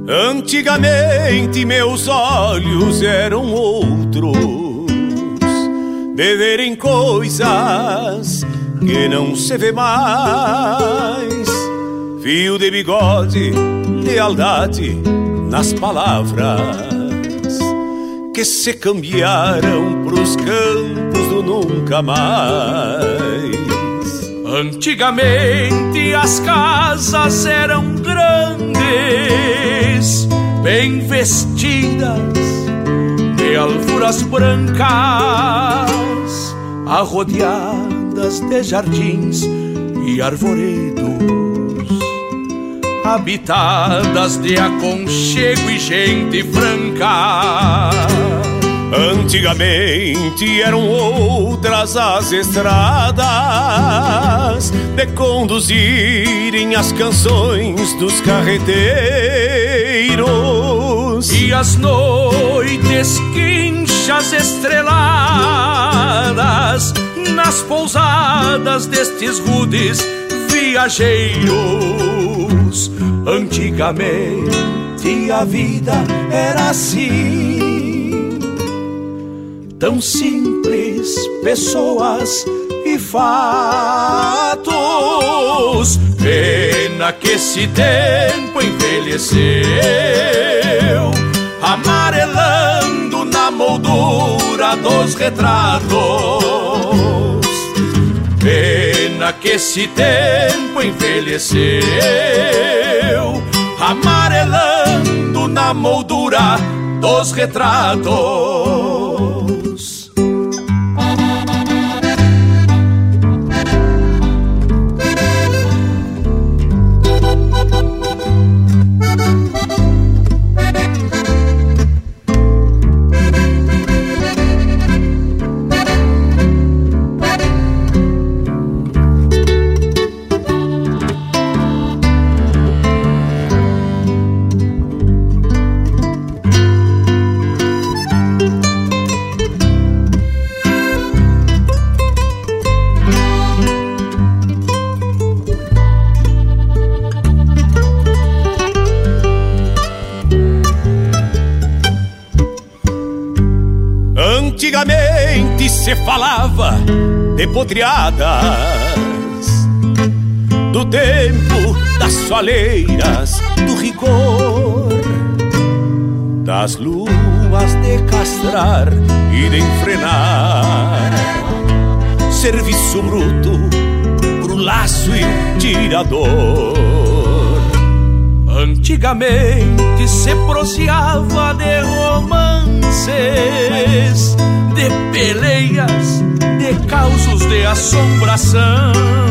Antigamente meus olhos eram outros, de verem coisas que não se vê mais. Fio de bigode, lealdade nas palavras que se cambiaram pros campos do nunca mais. Antigamente as casas eram grandes, bem vestidas de alfuras brancas, arrodeadas de jardins e arvoredos, habitadas de aconchego e gente franca. Antigamente eram outras as estradas de conduzirem as canções dos carreteiros, e as noites quinchas estreladas nas pousadas destes rudes viajeiros. Antigamente a vida era assim, tão simples, pessoas e fatos. Pena que esse tempo envelheceu, amarelando na moldura dos retratos. Pena que esse tempo envelheceu, amarelando na moldura dos retratos. Antigamente se falava de potreadas, do tempo das soleiras, do rigor, das luas de castrar e de enfrenar, serviço bruto pro laço e o tirador. Antigamente se proseava de romances, de peleias, de causos de assombração,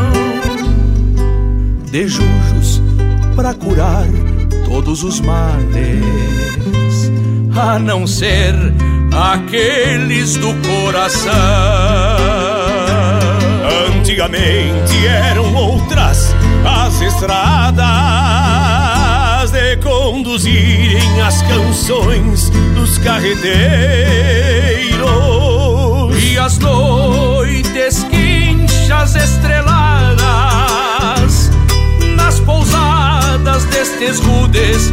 de jujos pra curar todos os males, a não ser aqueles do coração. Antigamente eram outras as estradas de conduzirem as canções dos carreteiros, e as noites quinchas estreladas nas pousadas destes rudes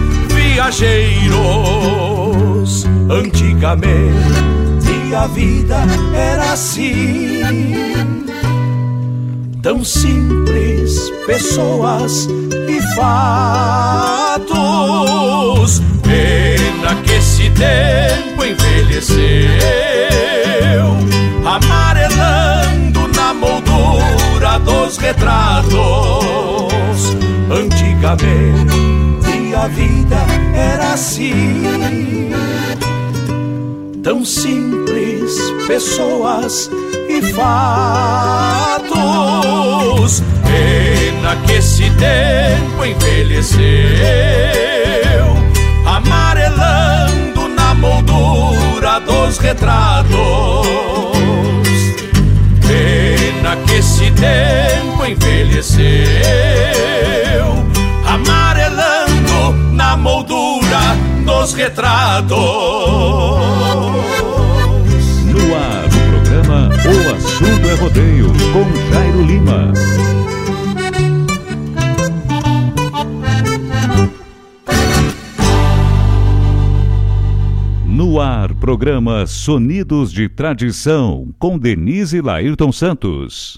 viajeiros. Antigamente a vida era assim, tão simples, pessoas e fatos. Pena que esse tempo envelheceu, amarelando na moldura dos retratos. Antigamente a vida era assim, tão simples, pessoas e fatos. Pena que esse tempo envelheceu, amarelando na moldura dos retratos. Pena que esse tempo envelheceu, amarelando na moldura dos retratos. No ar, o programa O Assunto é Rodeio, com Jairo Lima. Programa Sonidos de Tradição, com Denise e Laírton Santos.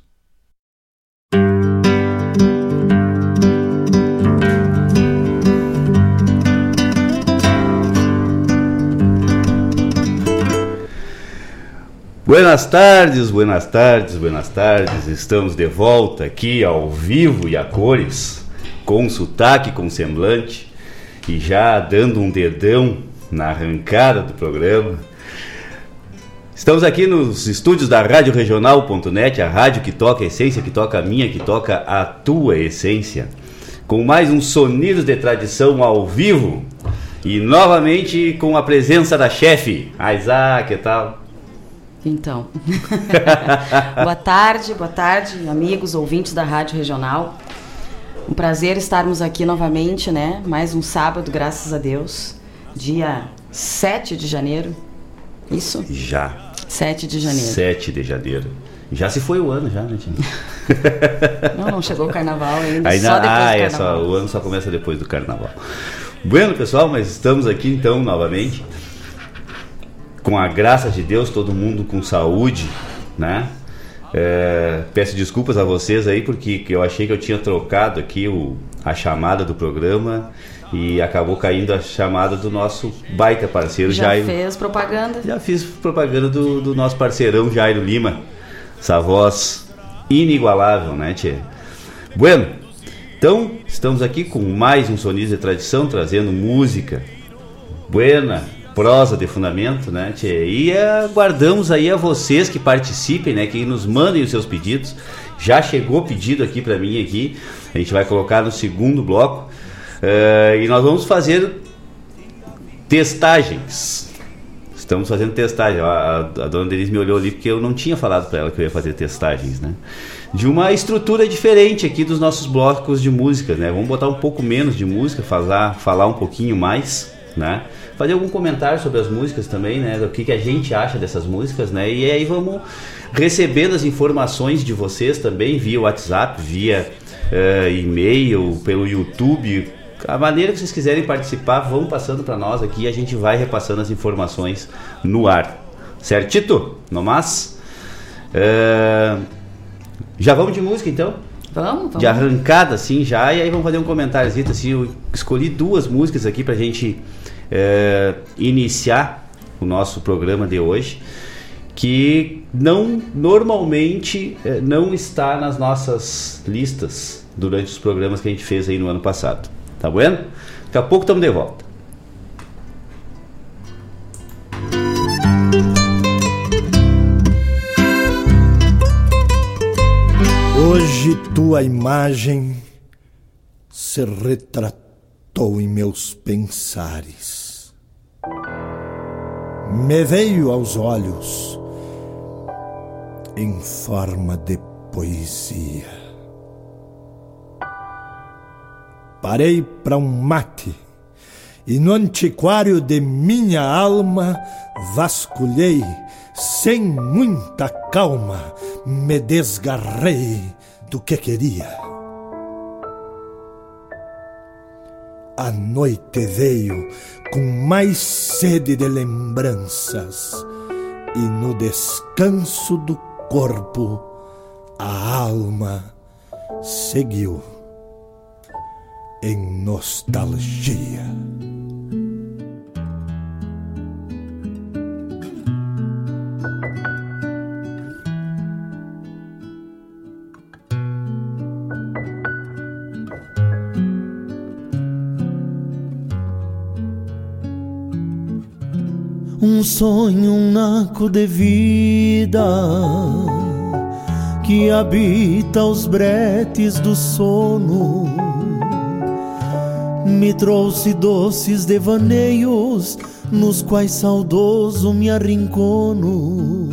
Buenas tardes, buenas tardes, buenas tardes. Estamos de volta aqui ao vivo e a cores, com sotaque, com semblante, e já dando um dedão na arrancada do programa. Estamos aqui nos estúdios da Rádio Regional.net, a rádio que toca a essência, que toca a minha, que toca a tua essência, com mais um Sonidos de Tradição ao vivo, e novamente com a presença da chefe. Aizá, que tal? Então, boa tarde, amigos, ouvintes da Rádio Regional. Um prazer estarmos aqui novamente, né? Mais um sábado, graças a Deus. Dia 7 de janeiro. Isso? Já. 7 de janeiro. 7 de janeiro. Já se foi o ano, já, né, tia? Não chegou o carnaval ainda, só depois do carnaval. O ano só começa depois do carnaval. Bueno, pessoal, mas estamos aqui então novamente. Com a graça de Deus, todo mundo com saúde, né? Peço desculpas a vocês aí, porque eu achei que eu tinha trocado aqui a chamada do programa e acabou caindo a chamada do nosso baita parceiro Jairo. Já fez propaganda? Já fiz propaganda do nosso parceirão Jairo Lima, essa voz inigualável, né, tchê? Bueno, então estamos aqui com mais um Sonidos de Tradição, trazendo música buena, prosa de fundamento, né, tchê? E aguardamos aí a vocês que participem, né, que nos mandem os seus pedidos. Já chegou pedido aqui para mim aqui, a gente vai colocar no segundo bloco, e nós vamos fazer testagens. Estamos fazendo testagem. A dona Denise me olhou ali porque eu não tinha falado para ela que eu ia fazer testagens, né, de uma estrutura diferente aqui dos nossos blocos de música, né? Vamos botar um pouco menos de música, falar um pouquinho mais, né? Fazer algum comentário sobre as músicas também, né? Do que a gente acha dessas músicas, né? E aí vamos recebendo as informações de vocês também via WhatsApp, via e-mail, pelo YouTube. A maneira que vocês quiserem participar, vão passando para nós aqui e a gente vai repassando as informações no ar. Certito? No mas? Já vamos de música então? Vamos. De arrancada assim já, e aí vamos fazer um comentáriozinho assim. Eu escolhi duas músicas aqui pra gente iniciar o nosso programa de hoje, que normalmente não está nas nossas listas durante os programas que a gente fez aí no ano passado. Tá bueno? Daqui a pouco estamos de volta. Hoje tua imagem se retratou em meus pensares. Me veio aos olhos em forma de poesia. Parei para um mate e no antiquário de minha alma vasculhei sem muita calma, me desgarrei do que queria. A noite veio com mais sede de lembranças e no descanso do corpo a alma seguiu em nostalgia. Um sonho, um naco de vida que habita os bretes do sono, me trouxe doces devaneios nos quais saudoso me arrincono.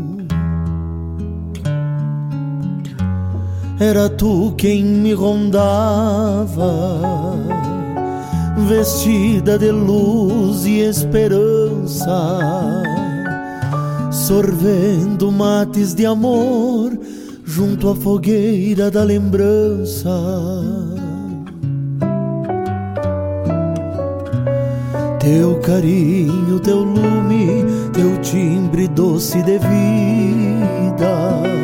Era tu quem me rondava, vestida de luz e esperança, sorvendo mates de amor junto à fogueira da lembrança. Teu carinho, teu lume, teu timbre doce de vida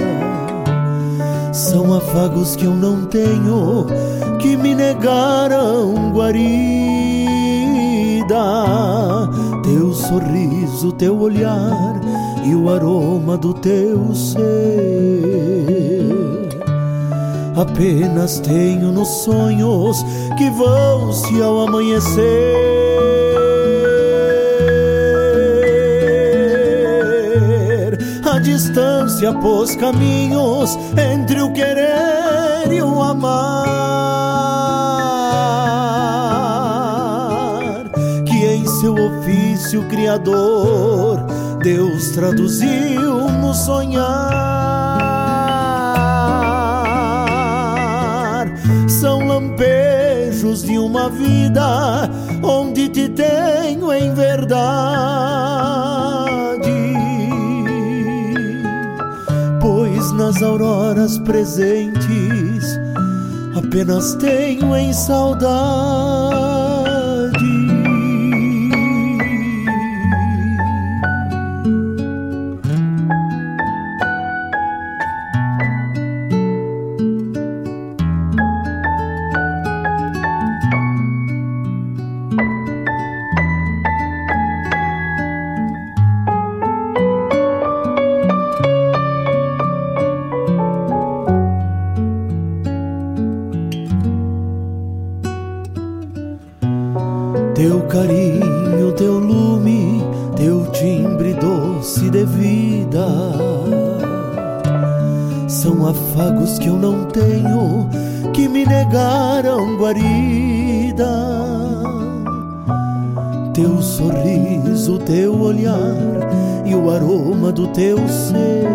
são afagos que eu não tenho, que me negaram guarida. Teu sorriso, teu olhar e o aroma do teu ser apenas tenho nos sonhos que vão-se ao amanhecer. A distância pôs caminhos entre o querer e o amar, que em seu ofício criador Deus traduziu no sonhar. São lampejos de uma vida onde te tenho em verdade, pois nas auroras presentes apenas tenho em saudade. Teu carinho, teu lume, teu timbre doce de vida são afagos que eu não tenho, que me negaram guarida. Teu sorriso, teu olhar e o aroma do teu ser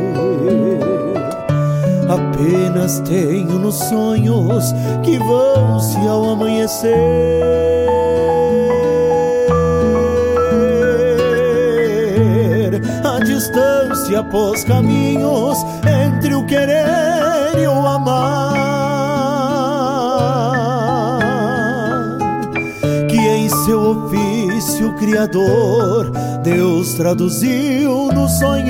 apenas tenho nos sonhos que vão-se ao amanhecer. A distância pôs caminhos entre o querer e o amar, que em seu ofício criador Deus traduziu no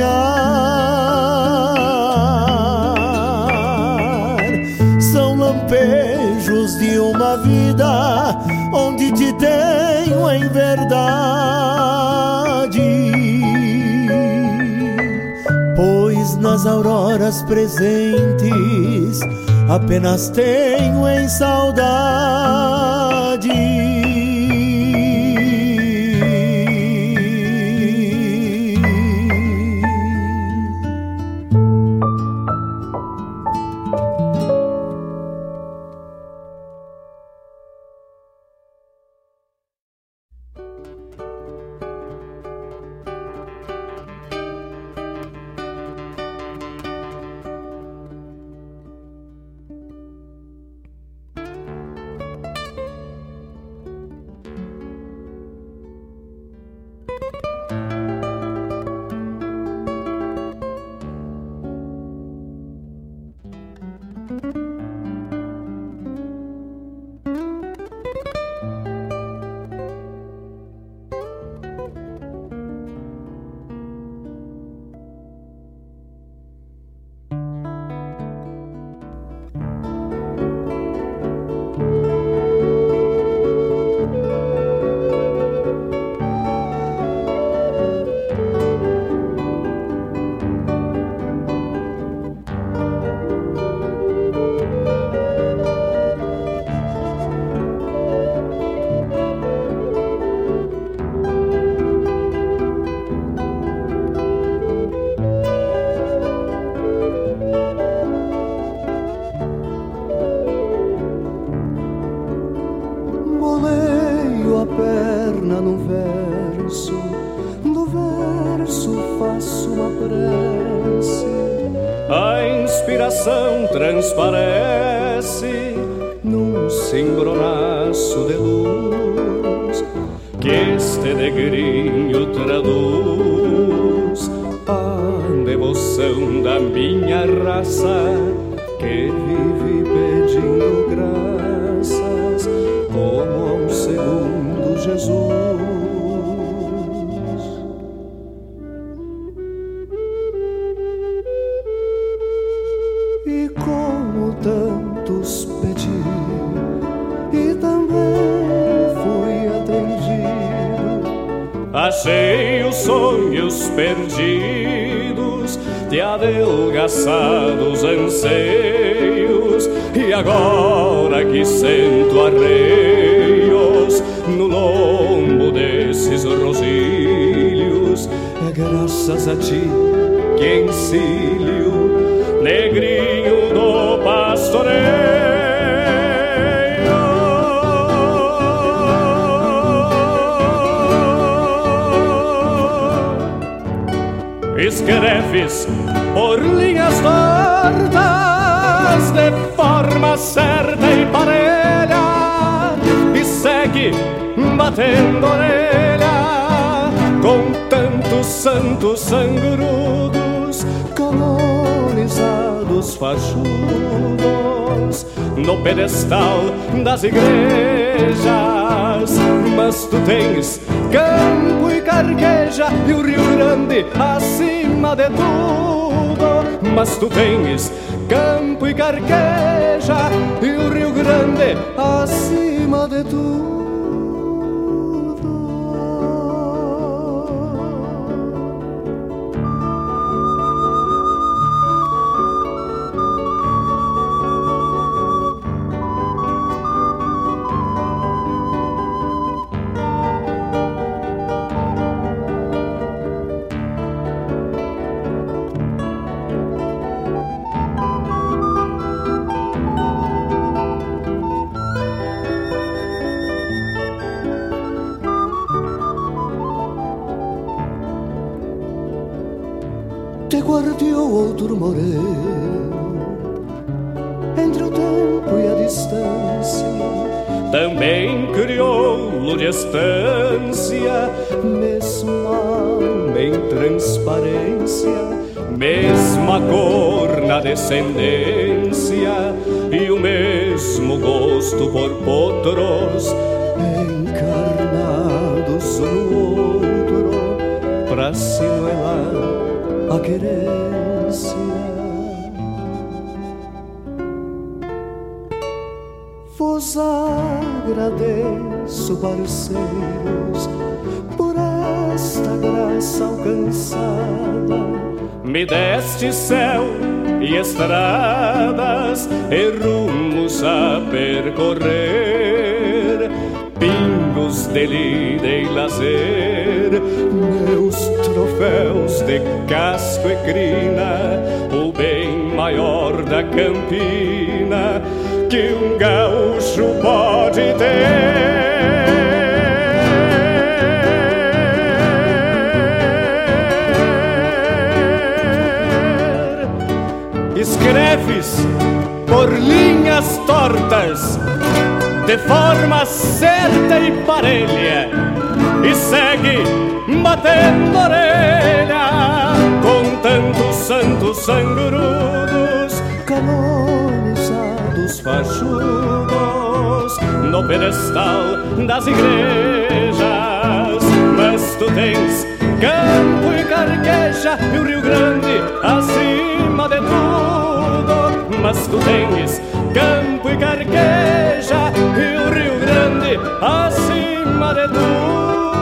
sonhar. São lampejos de uma vida onde te tenho em verdade, pois nas auroras presentes apenas tenho em saudade. Transparece num cimbronaço de luz que este negrinho traduz a devoção da minha raça que vive pedindo graças como a um segundo Jesus. achei os sonhos perdidos de adelgaçados anseios, e agora que sento arreios no lombo desses rosilhos, é graças a ti que encilho, negrinho do pastoreio. Escreves por linhas tortas de forma certa e parelha, e segue batendo orelha com tantos santos sangrudos, canonizados fachudos no pedestal das igrejas. Mas tu tens campo e carqueja e o Rio Grande acima de tudo. Mas tu tens campo e carqueja e o Rio Grande acima de tudo. Te guardiou outro moreno entre o tempo e a distância, também crioulo de estância, mesma alma em transparência, mesma cor na descendência e o mesmo gosto por potros encarnados um no outro, pra sinuelar a querência. Vos agradeço, parceiros, por esta graça alcançada. Me deste céu e estradas e rumos a percorrer, pingos de lida e lazer, meus troféus de casco e crina, o bem maior da campina que um gaúcho pode ter. Escreves por linhas tortas de forma certa e parelha, e segue batendo orelha com tantos santos sangrudos, canonizados fachudos no pedestal das igrejas. Mas tu tens campo e carqueja e o Rio Grande acima de tudo. Mas tu tens campo e carqueja e o Rio Grande acima de tudo.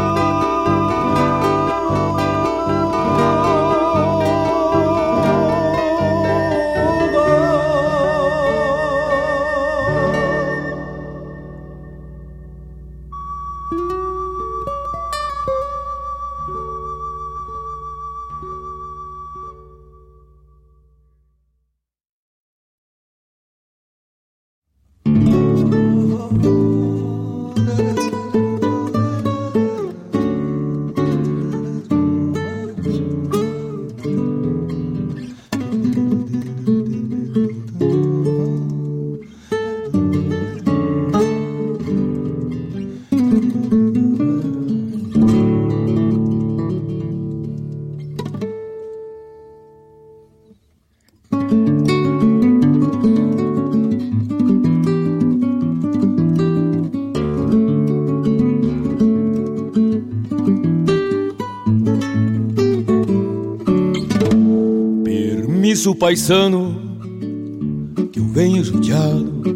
O paisano que eu venho judiado,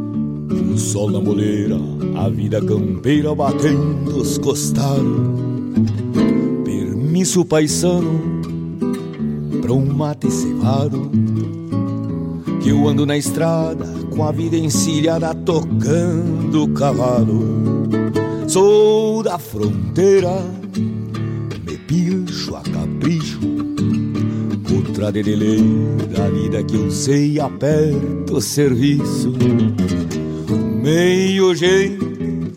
o sol na moleira, a vida campeira batendo os costados. Permisso paisano pra um mate cevado, que eu ando na estrada com a vida encilhada tocando cavalo. Sou da fronteira, me pilcho a capricho, outra de lei da vida que eu sei, aperto o serviço. Meio jeito,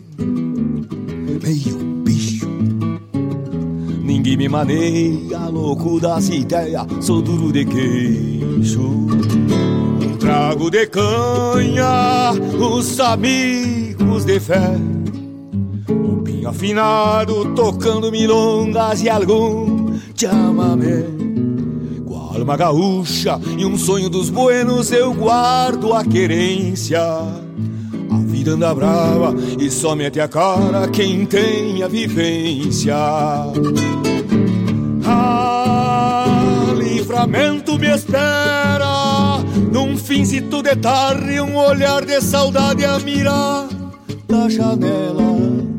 meio bicho, ninguém me maneia, louco das ideias, sou duro de queixo. Um trago de canha, os amigos de fé, um pinho afinado, tocando milongas e algum chamamé. Com a alma gaúcha e um sonho dos buenos, eu guardo a querência. A vida anda brava e só mete a cara quem tem a vivência. Ah, livramento me espera num finzito de tarde, um olhar de saudade a mirar da janela.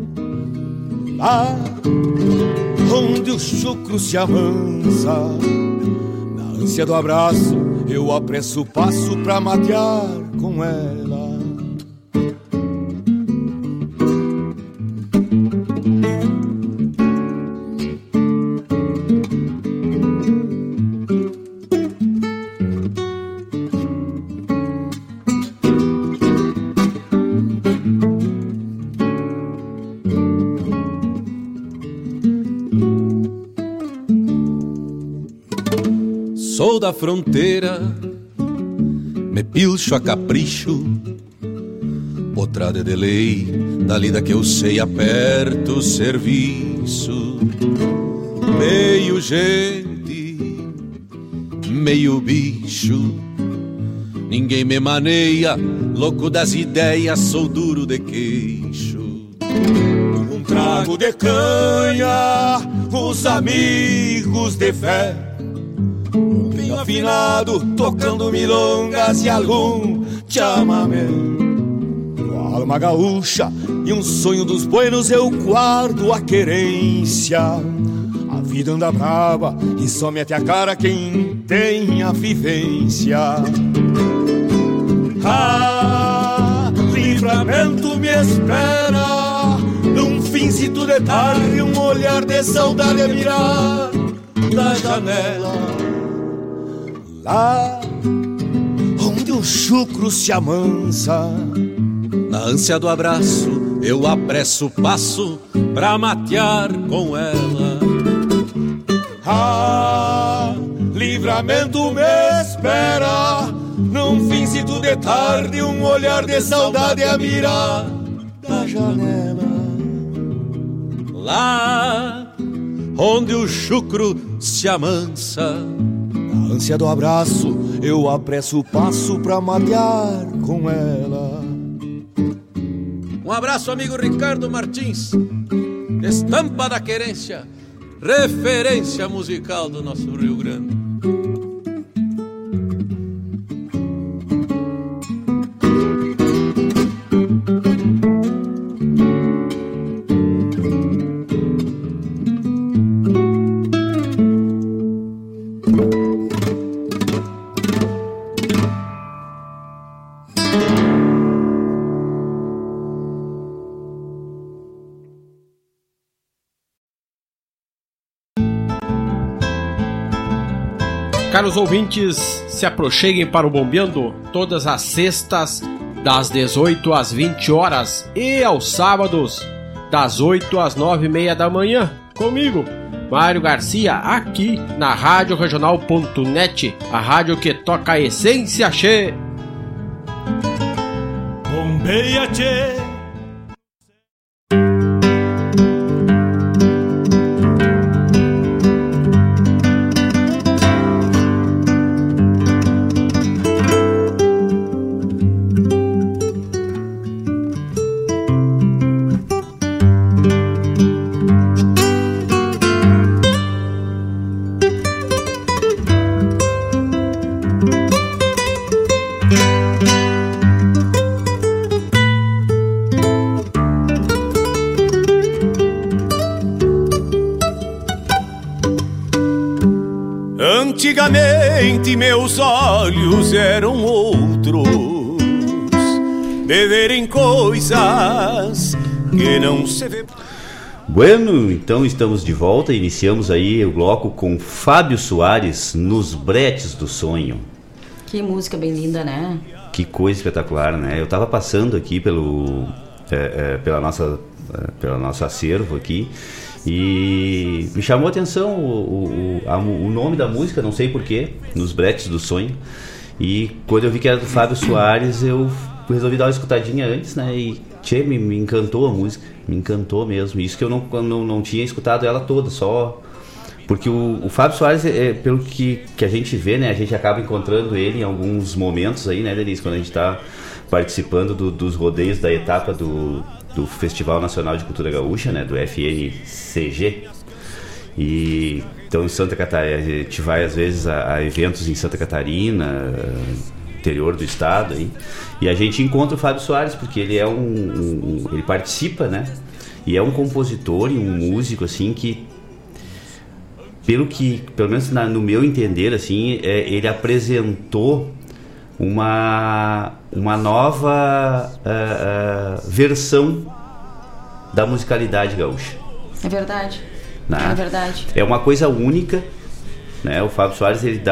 Lá onde o chucro se amansa, na ânsia do abraço eu apresso o passo pra matear com ela. Sou da fronteira, me pilcho a capricho, potrada de lei, da lida que eu sei, aperto o serviço. Meio gente, meio bicho, ninguém me maneia, louco das ideias, sou duro de queixo. Um trago de canha, os amigos de fé, afinado, tocando milongas e algum chamamé. Com a alma gaúcha e um sonho dos buenos, eu guardo a querência. A vida anda brava e só mete a cara quem tem a vivência. Ah, livramento me espera num finzito de tarde, um olhar de saudade a mirar da janela. Lá onde o chucro se amansa, na ânsia do abraço eu apresso o passo pra matear com ela. Ah, livramento me espera num finzito de tarde, um olhar de saudade a mirar da janela. Lá onde o chucro se amansa, na ânsia do abraço eu apresso o passo pra matear com ela. Um abraço, amigo Ricardo Martins, estampa da querência, referência musical do nosso Rio Grande. Caros ouvintes, se aproxeguem para o Bombeando todas as sextas das 18 às 20 horas e aos sábados das 8 às 9h30 da manhã, comigo, Mário Garcia, aqui na Rádio Regional.net, a rádio que toca a essência, che! Bombeia, che! Antigamente meus olhos eram outros, de verem coisas que não se vê. Bueno, então estamos de volta. Iniciamos aí o bloco com Fábio Soares, Nos Bretes do Sonho. Que música bem linda, né? Que coisa espetacular, né? Eu tava passando aqui pelo nosso acervo aqui e me chamou a atenção o nome da música, não sei porquê, Nos Bretes do Sonho. E quando eu vi que era do Fábio Soares, eu resolvi dar uma escutadinha antes, né? E me encantou a música, me encantou mesmo. Isso que eu não tinha escutado ela toda, só porque o Fábio Soares, pelo que a gente vê, né? A gente acaba encontrando ele em alguns momentos aí, né, Denise? Quando a gente está participando dos rodeios da etapa do Festival Nacional de Cultura Gaúcha, né? Do FNCG. E então em Santa Catarina, a gente vai às vezes a eventos em Santa Catarina, interior do estado aí, e a gente encontra o Fábio Soares porque ele é ele participa, né? E é um compositor e um músico assim que pelo menos no meu entender assim, ele apresentou uma nova versão da musicalidade gaúcha. É verdade. Né? É verdade. É uma coisa única, né? O Fábio Soares, ele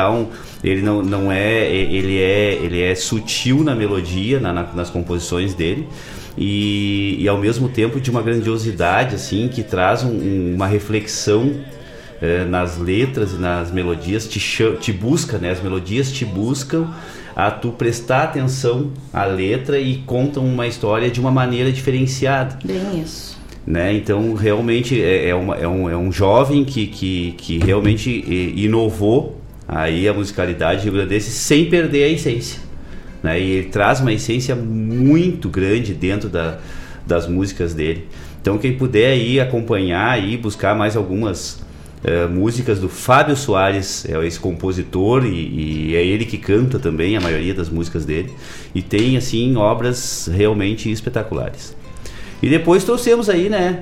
é sutil na melodia, nas composições dele, e ao mesmo tempo de uma grandiosidade assim, que traz uma reflexão nas letras e nas melodias, te busca, né? As melodias te buscam a tu prestar atenção à letra e contam uma história de uma maneira diferenciada. Bem isso. Né? Então realmente é um jovem que realmente inovou aí a musicalidade rio-grandense sem perder a essência, né? E ele traz uma essência muito grande dentro das músicas dele. Então quem puder aí acompanhar e buscar mais algumas músicas do Fábio Soares, é esse compositor e é ele que canta também a maioria das músicas dele, e tem assim obras realmente espetaculares. E depois trouxemos aí, né,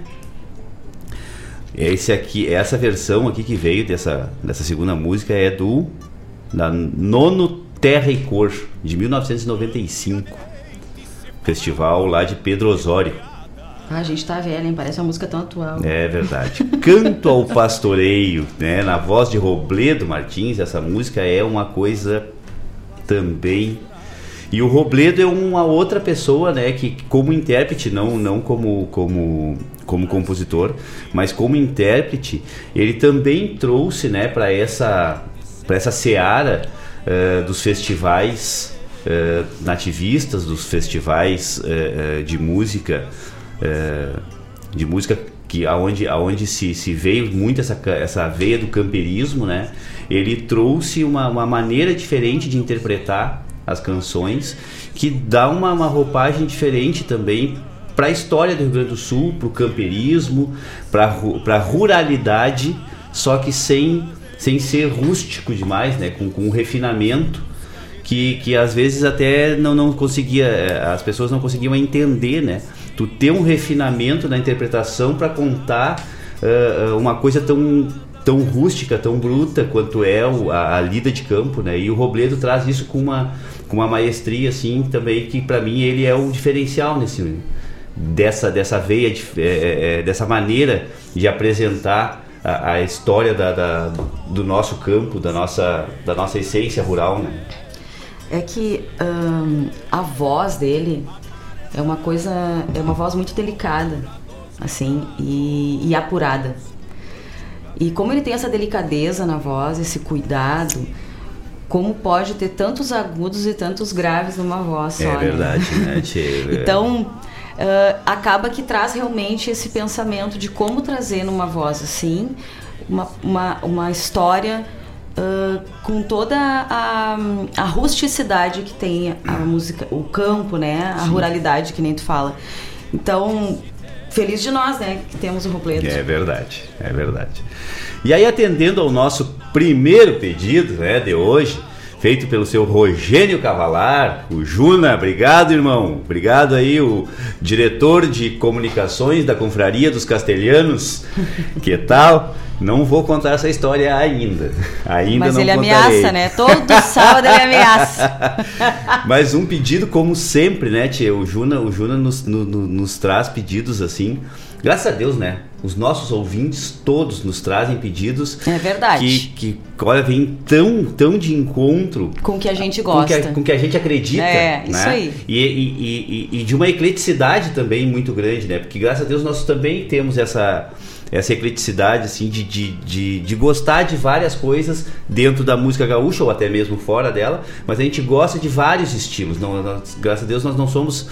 essa versão aqui que veio dessa segunda música é da Nono Terra e Cor, de 1995, festival lá de Pedro Osório. A gente tá velha, hein? Parece uma música tão atual. É verdade. Canto ao Pastoreio, né, na voz de Robledo Martins. Essa música é uma coisa também. E o Robledo é uma outra pessoa, né, que como intérprete, não como compositor, mas como intérprete, ele também trouxe, né, para essa seara dos festivais nativistas, dos festivais de música que aonde se veio muito essa veia do camperismo, né? Ele trouxe uma maneira diferente de interpretar as canções, que dá uma roupagem diferente também para a história do Rio Grande do Sul, para o camperismo, para a ruralidade, só que sem ser rústico demais, né? Com um refinamento que às vezes até não conseguia, as pessoas não conseguiam entender, né? Tu ter um refinamento na interpretação para contar uma coisa tão rústica, tão bruta quanto é a lida de campo, né? E o Robledo traz isso com uma maestria assim também, que para mim ele é o diferencial dessa veia, dessa maneira de apresentar a história do nosso campo, da nossa essência rural, né? É que a voz dele é uma voz muito delicada, assim, e apurada. E como ele tem essa delicadeza na voz, esse cuidado, como pode ter tantos agudos e tantos graves numa voz só, é verdade, né? Então, acaba que traz realmente esse pensamento de como trazer numa voz assim, uma história com toda a rusticidade que tem a música, o campo, né? A ruralidade, que nem tu fala. Então, feliz de nós, né? Que temos o Robledo. É verdade, é verdade. E aí, atendendo ao nosso primeiro pedido, né, de hoje, feito pelo seu Rogênio Cavalar, o Juna, obrigado, irmão. Obrigado aí, o diretor de comunicações da Confraria dos Castelhanos. Que tal? Não vou contar essa história ainda. Ainda mas não ele contarei. ameaça, né? Todo sábado ele ameaça. Mas um pedido, como sempre, né, tia? O Juna nos traz pedidos assim. Graças a Deus, né? Os nossos ouvintes todos nos trazem pedidos. É verdade. Que olha, vem tão de encontro com o que a gente gosta. Com que a gente acredita. É, né? isso aí. E de uma ecleticidade também muito grande, né? Porque graças a Deus nós também temos essa ecleticidade, assim, de gostar de várias coisas dentro da música gaúcha ou até mesmo fora dela, mas a gente gosta de vários estilos. Graças a Deus nós não somos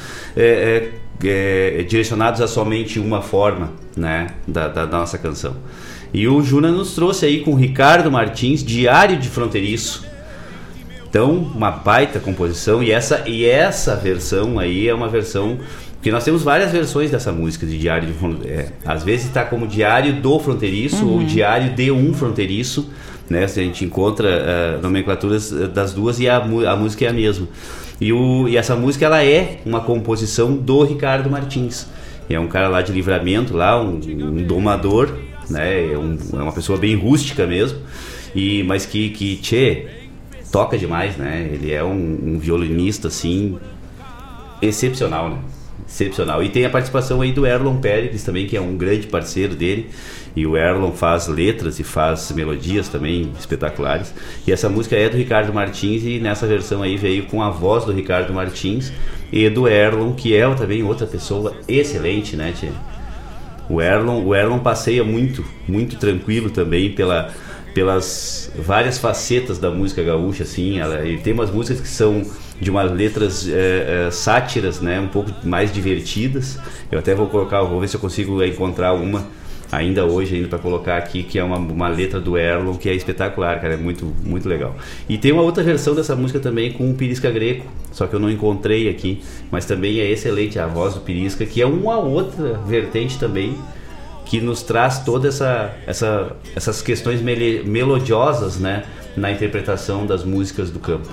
direcionados a somente uma forma, né, da nossa canção. E o Juna nos trouxe aí com o Ricardo Martins, Diário de Fronteiriço. Então, uma baita composição, e essa versão aí é uma versão... Porque nós temos várias versões dessa música de Diário de Fronteiriço. Às vezes está como Diário do Fronteiriço ou Diário de um Fronteiriço, né? A gente encontra nomenclaturas das duas e a música é a mesma. E essa música ela é uma composição do Ricardo Martins. É um cara lá de Livramento, lá, um domador, né? É uma pessoa bem rústica mesmo, mas que toca demais, né? Ele é um violinista assim excepcional, né? Excepcional. E tem a participação aí do Erlon Pérez também, que é um grande parceiro dele, e o Erlon faz letras e faz melodias também espetaculares, e essa música é do Ricardo Martins, e nessa versão aí veio com a voz do Ricardo Martins e do Erlon, que é também outra pessoa excelente, né, tia? O Erlon passeia muito tranquilo também pelas várias facetas da música gaúcha, assim. Ele tem umas músicas que são de umas letras sátiras, né, um pouco mais divertidas. Eu até vou ver se eu consigo encontrar uma ainda hoje para colocar aqui, que é uma letra do Erlon, que é espetacular, cara, é muito, muito legal. E tem uma outra versão dessa música também com o Pirisca Greco, só que eu não encontrei aqui, mas também é excelente a voz do Pirisca, que é uma outra vertente também, que nos traz todas essas questões melodiosas, né, na interpretação das músicas do campo.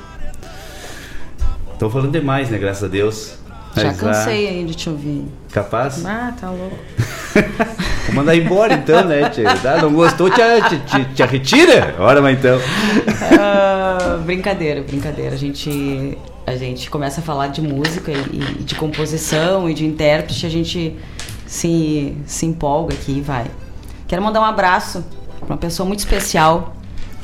Tô falando demais, né, graças a Deus. Já cansei aí de te ouvir. Capaz? Ah, tá louco. Vou mandar embora então, né, tia? Não gostou, te retira? Ora, mas então. Brincadeira. A gente começa a falar de música e de composição e de intérprete, a gente se empolga aqui e vai. Quero mandar um abraço para uma pessoa muito especial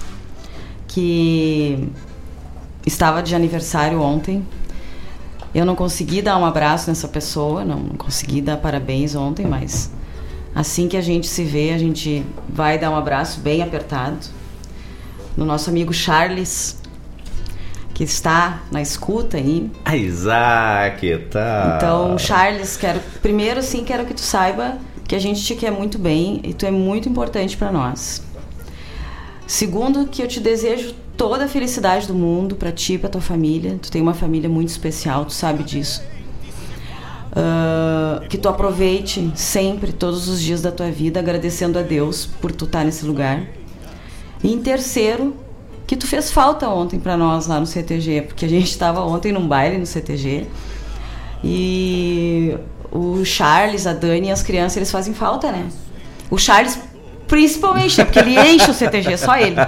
que estava de aniversário ontem. Eu não consegui dar um abraço nessa pessoa, não consegui dar parabéns ontem, mas assim que a gente se vê, a gente vai dar um abraço bem apertado no nosso amigo Charles, que está na escuta aí. Isaac, tá. Então, Charles, quero que tu saiba que a gente te quer muito bem e tu é muito importante para nós. Segundo, que eu te desejo toda a felicidade do mundo para ti e para tua família. Tu tem uma família muito especial, tu sabe disso. Que tu aproveite sempre, todos os dias da tua vida, agradecendo a Deus por tu estar nesse lugar. E em terceiro, que tu fez falta ontem para nós lá no CTG, porque a gente estava ontem num baile no CTG e o Charles, a Dani e as crianças, eles fazem falta, né? O Charles principalmente, né? Porque ele enche o CTG, só ele.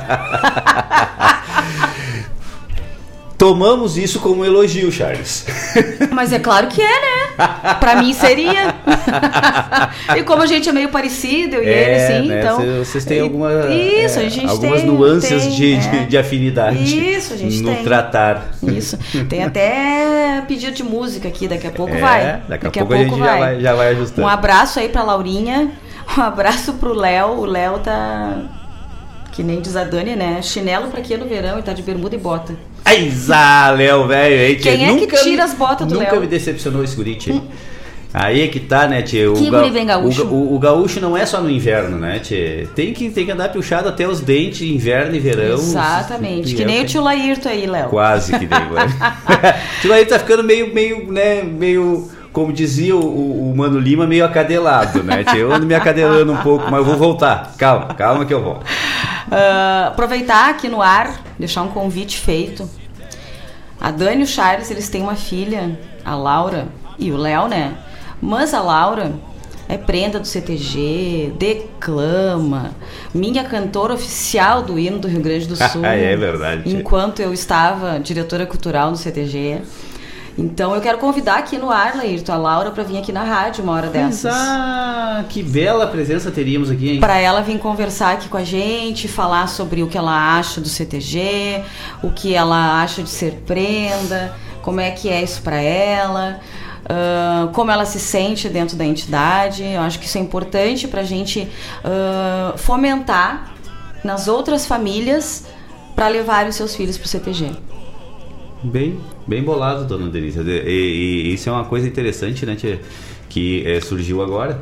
Tomamos isso como um elogio, Charles. Mas é claro que é, né? Pra mim seria. E como a gente é meio parecido, eu e ele, sim, né? Então... Vocês têm algumas nuances de afinidade. Isso, a gente no tratar. Isso. Tem até pedido de música aqui, daqui a pouco vai. Daqui a pouco a gente já vai ajustando. Um abraço aí pra Laurinha, um abraço pro Léo. O Léo tá... que nem diz a Dani, né? Chinelo pra quê no verão e tá de bermuda e bota. Léo, velho. Quem é que tira as botas do Léo? Nunca me decepcionou esse guri, tia. Aí é que tá, né, tia? Que guri bem gaúcho. O gaúcho não é só no inverno, né, tia? Tem que andar piochado até os dentes, inverno e verão. Exatamente. Que nem o tio Laírto aí, Léo. Quase que nem, velho. O tio Laírto tá ficando meio... Como dizia o Mano Lima, meio acadelado, né? Eu ando me acadelando um pouco, mas eu vou voltar. Calma que eu volto. Aproveitar aqui no ar, deixar um convite feito. A Dani e o Charles, eles têm uma filha, a Laura, e o Léo, né? Mas a Laura é prenda do CTG, declama, minha cantora oficial do hino do Rio Grande do Sul. É verdade. Enquanto eu estava diretora cultural no CTG. Então eu quero convidar aqui no ar, Laírton, a Laura para vir aqui na rádio uma hora dessas. Que bela presença teríamos aqui, hein? Para ela vir conversar aqui com a gente, falar sobre o que ela acha do CTG, o que ela acha de ser prenda, como é que é isso para ela, como ela se sente dentro da entidade. Eu acho que isso é importante para a gente fomentar nas outras famílias para levarem os seus filhos para o CTG. Bem bolado, dona Denise. E isso é uma coisa interessante, né, tia, que surgiu agora.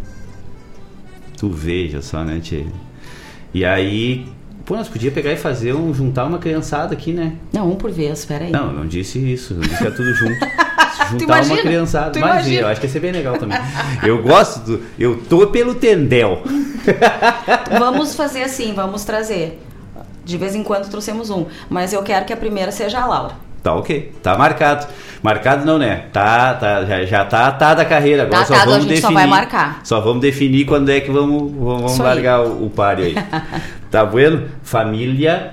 Tu veja só, né, tia? E aí, nós podíamos pegar e juntar uma criançada aqui, né? Não, um por vez, peraí. Não disse isso, eu disse que é tudo junto. Juntar uma criançada. Imagina, eu acho que ia ser bem legal também. Eu tô pelo tendel. Vamos fazer assim, vamos trazer. De vez em quando trouxemos um, mas eu quero que a primeira seja a Laura. Tá ok, tá marcado. Marcado não, né? Já tá atada a carreira. Agora só vamos definir. Só vai marcar. Só vamos definir quando é que vamos largar o páreo aí. Tá bueno? Família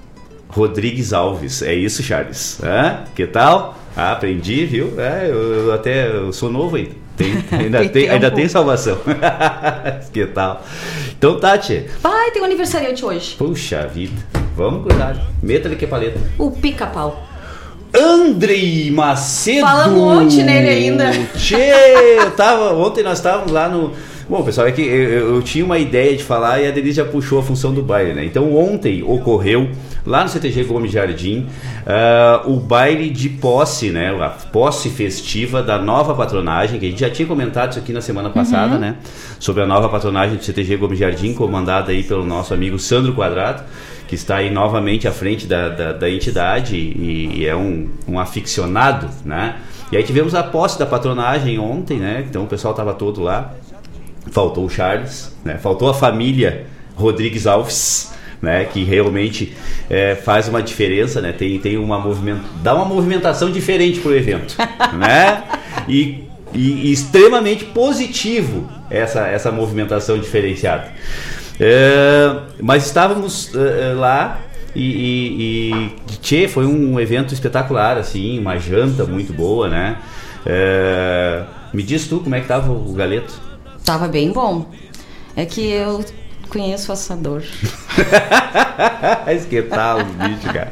Rodrigues Alves. É isso, Charles? Que tal? Aprendi, viu? Eu sou novo ainda. Ainda tem salvação. Que tal? Então, Tati. Vai, tem um aniversariante hoje. Puxa vida. Vamos cuidar. Meta-lhe que paleta. O Pica-Pau. Andrei Macedo. Fala um monte nele ainda. Ontem nós estávamos lá no... Bom, pessoal, é que eu tinha uma ideia de falar e a Denise já puxou a função do baile, né? Então ontem ocorreu lá no CTG Gomes Jardim o baile de posse, né? A posse festiva da nova patronagem, que a gente já tinha comentado isso aqui na semana passada, né? Sobre a nova patronagem do CTG Gomes Jardim, comandada aí pelo nosso amigo Sandro Quadrado, que está aí novamente à frente da entidade e é um aficionado, né? E aí tivemos a posse da patronagem ontem, né? Então o pessoal estava todo lá. Faltou o Charles, né? Faltou a família Rodrigues Alves, né? Que realmente faz uma diferença, né? Tem dá uma movimentação diferente pro evento, né? E extremamente positivo essa movimentação diferenciada. Mas estávamos lá e foi um evento espetacular, assim, uma janta muito boa, né? Me diz tu como é que tava o galeto? Tava bem bom. É que eu conheço o assador. Esquetá-lo, bicho, cara.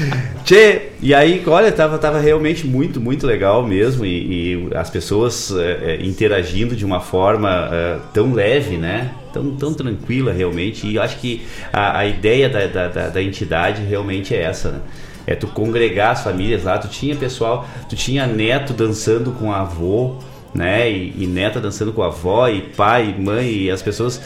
E aí, olha, tava realmente muito, muito legal mesmo. E as pessoas interagindo de uma forma tão leve, né? Tão tranquila, realmente. E eu acho que a ideia da entidade realmente é essa, né? É tu congregar as famílias lá. Tu tinha neto dançando com a avô, né? E neta dançando com a avó, e pai, e mãe, e as pessoas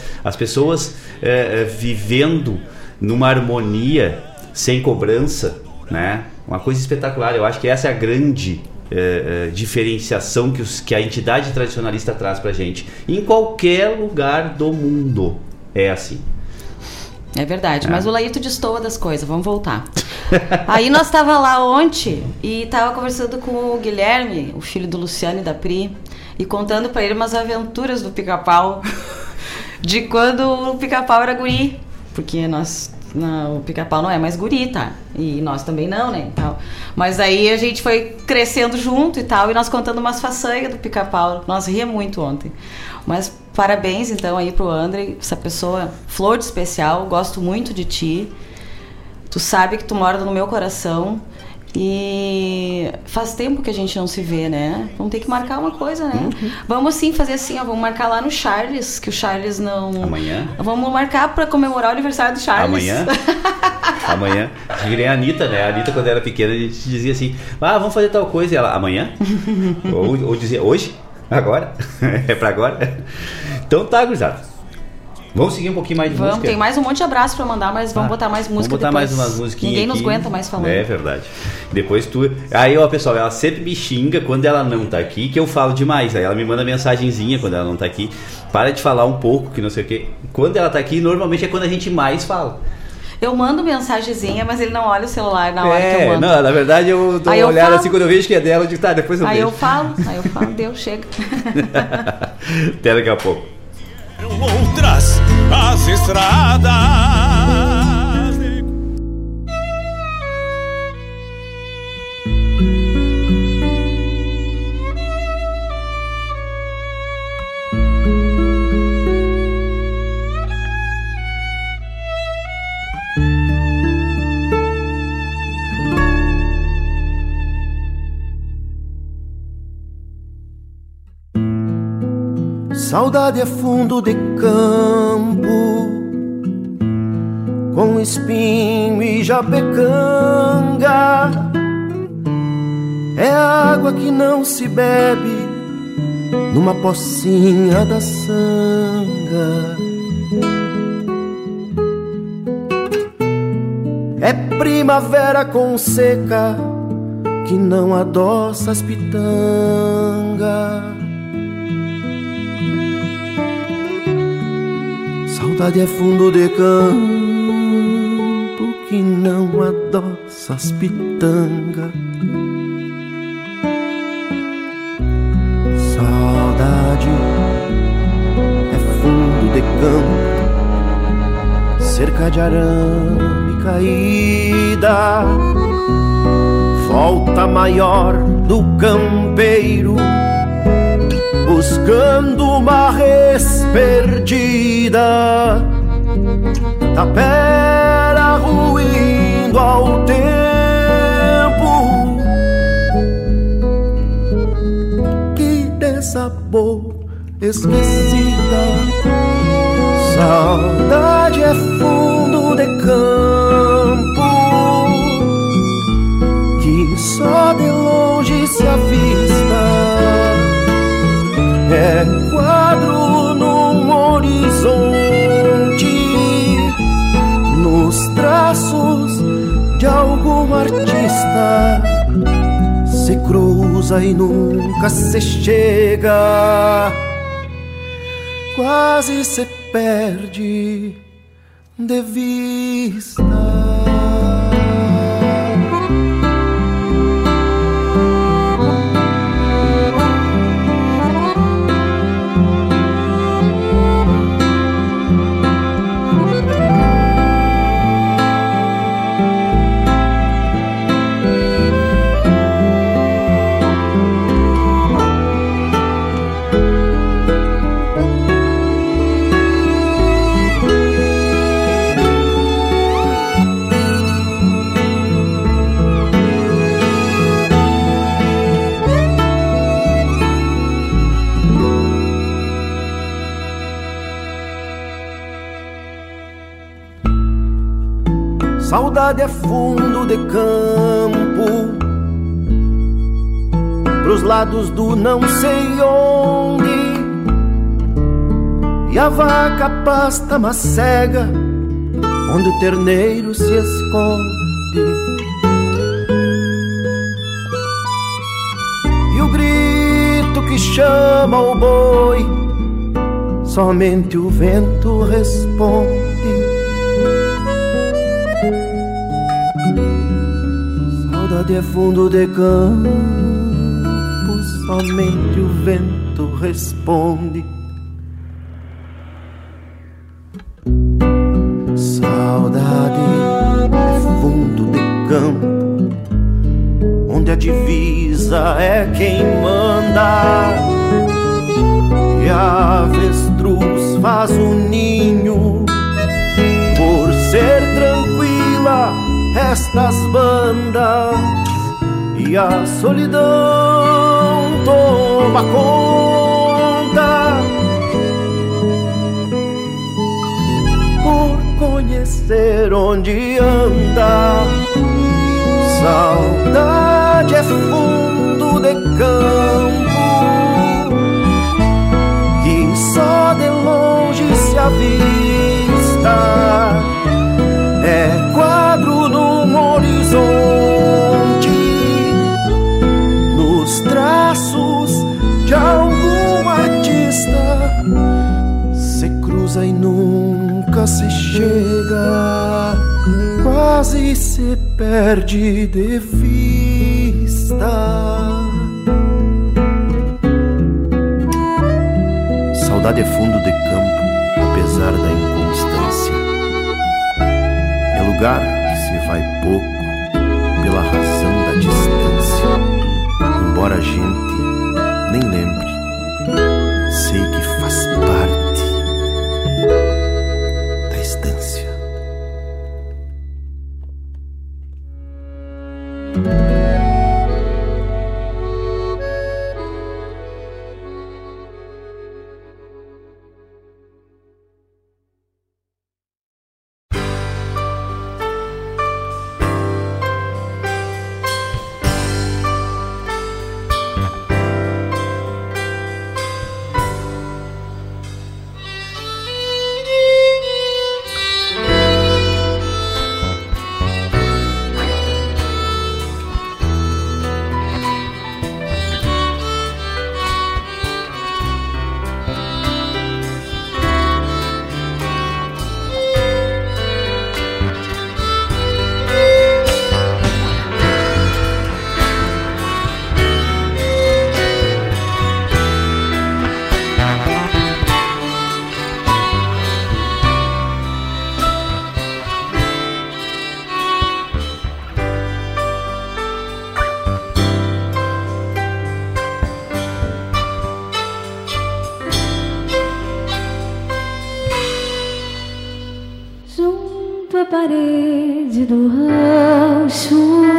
vivendo numa harmonia sem cobrança, né? Uma coisa espetacular. Eu acho que essa é a grande diferenciação que a entidade tradicionalista traz pra gente. Em qualquer lugar do mundo é assim. É verdade, mas o Laírton destoa das coisas, vamos voltar. Aí nós tava lá ontem e tava conversando com o Guilherme, o filho do Luciano e da Pri, e contando pra ele umas aventuras do Pica-Pau, de quando o Pica-Pau era guri, porque o Pica-Pau não é mais guri, tá? E nós também não, né? Então, mas aí a gente foi crescendo junto e tal, e nós contando umas façanhas do Pica-Pau. Nós ria muito ontem. Mas parabéns então aí pro Andrei, essa pessoa, flor de especial, gosto muito de ti. Tu sabe que tu mora no meu coração. E faz tempo que a gente não se vê, né? Vamos ter que marcar uma coisa, né? Vamos sim fazer assim, ó, vamos marcar lá no Charles, que o Charles não... Amanhã? Vamos marcar pra comemorar o aniversário do Charles. Amanhã. Que nem a Anitta, né? A Anitta, quando era pequena, a gente dizia assim, vamos fazer tal coisa. E ela, amanhã? ou dizia, hoje? Agora? É pra agora? Então tá, gurizada. Vamos seguir um pouquinho mais de música? Tem mais um monte de abraço pra mandar, mas vamos botar mais música depois. Vamos botar mais umas musiquinhas. Ninguém nos aguenta mais falando. É verdade. Depois tu... Aí, ó, pessoal, ela sempre me xinga quando ela não tá aqui, que eu falo demais. Aí ela me manda mensagenzinha quando ela não tá aqui. Para de falar um pouco, que não sei o quê. Quando ela tá aqui, normalmente é quando a gente mais fala. Eu mando mensagenzinha, mas ele não olha o celular na hora que eu mando. Não, na verdade eu dou uma olhada assim, quando eu vejo que é dela, eu digo, tá, depois eu vejo. Aí eu falo, deu, chega. Até daqui a pouco. Outras as estradas. Saudade é fundo de campo, com espinho e japecanga. É água que não se bebe numa pocinha da sanga. É primavera com seca que não adoça as pitangas. Saudade é fundo de campo que não adoça as pitangas. Saudade é fundo de campo, cerca de arame caída, volta maior do campeiro, buscando uma res perdida, tapera ruindo ao tempo que desabou esquecida. Saudade é fundo de campo que só de longe se avista. É quadro num horizonte, nos traços de algum artista. Se cruza e nunca se chega, quase se perde de vista. Saudade é fundo de campo, pros lados do não sei onde, e a vaca pasta macega, onde o terneiro se esconde. E o grito que chama o boi, somente o vento responde. Saudade é fundo de campo, somente o vento responde. Saudade é fundo de campo, onde a divisa é quem manda, e a avestruz faz o ninho. Por ser tranquila estas bandas, e a solidão toma conta. Por conhecer onde anda, saudade é fundo de campo, que só de longe se avista. É quadro num horizonte, nos traços de algum artista. Se cruza e nunca se chega, quase se perde de vista. Saudade é fundo de campo, apesar da inconstância. É lugar que se vai pouco pela razão da distância. Embora a gente nem lembre, sei que faz parte da estância. Parede do rancho,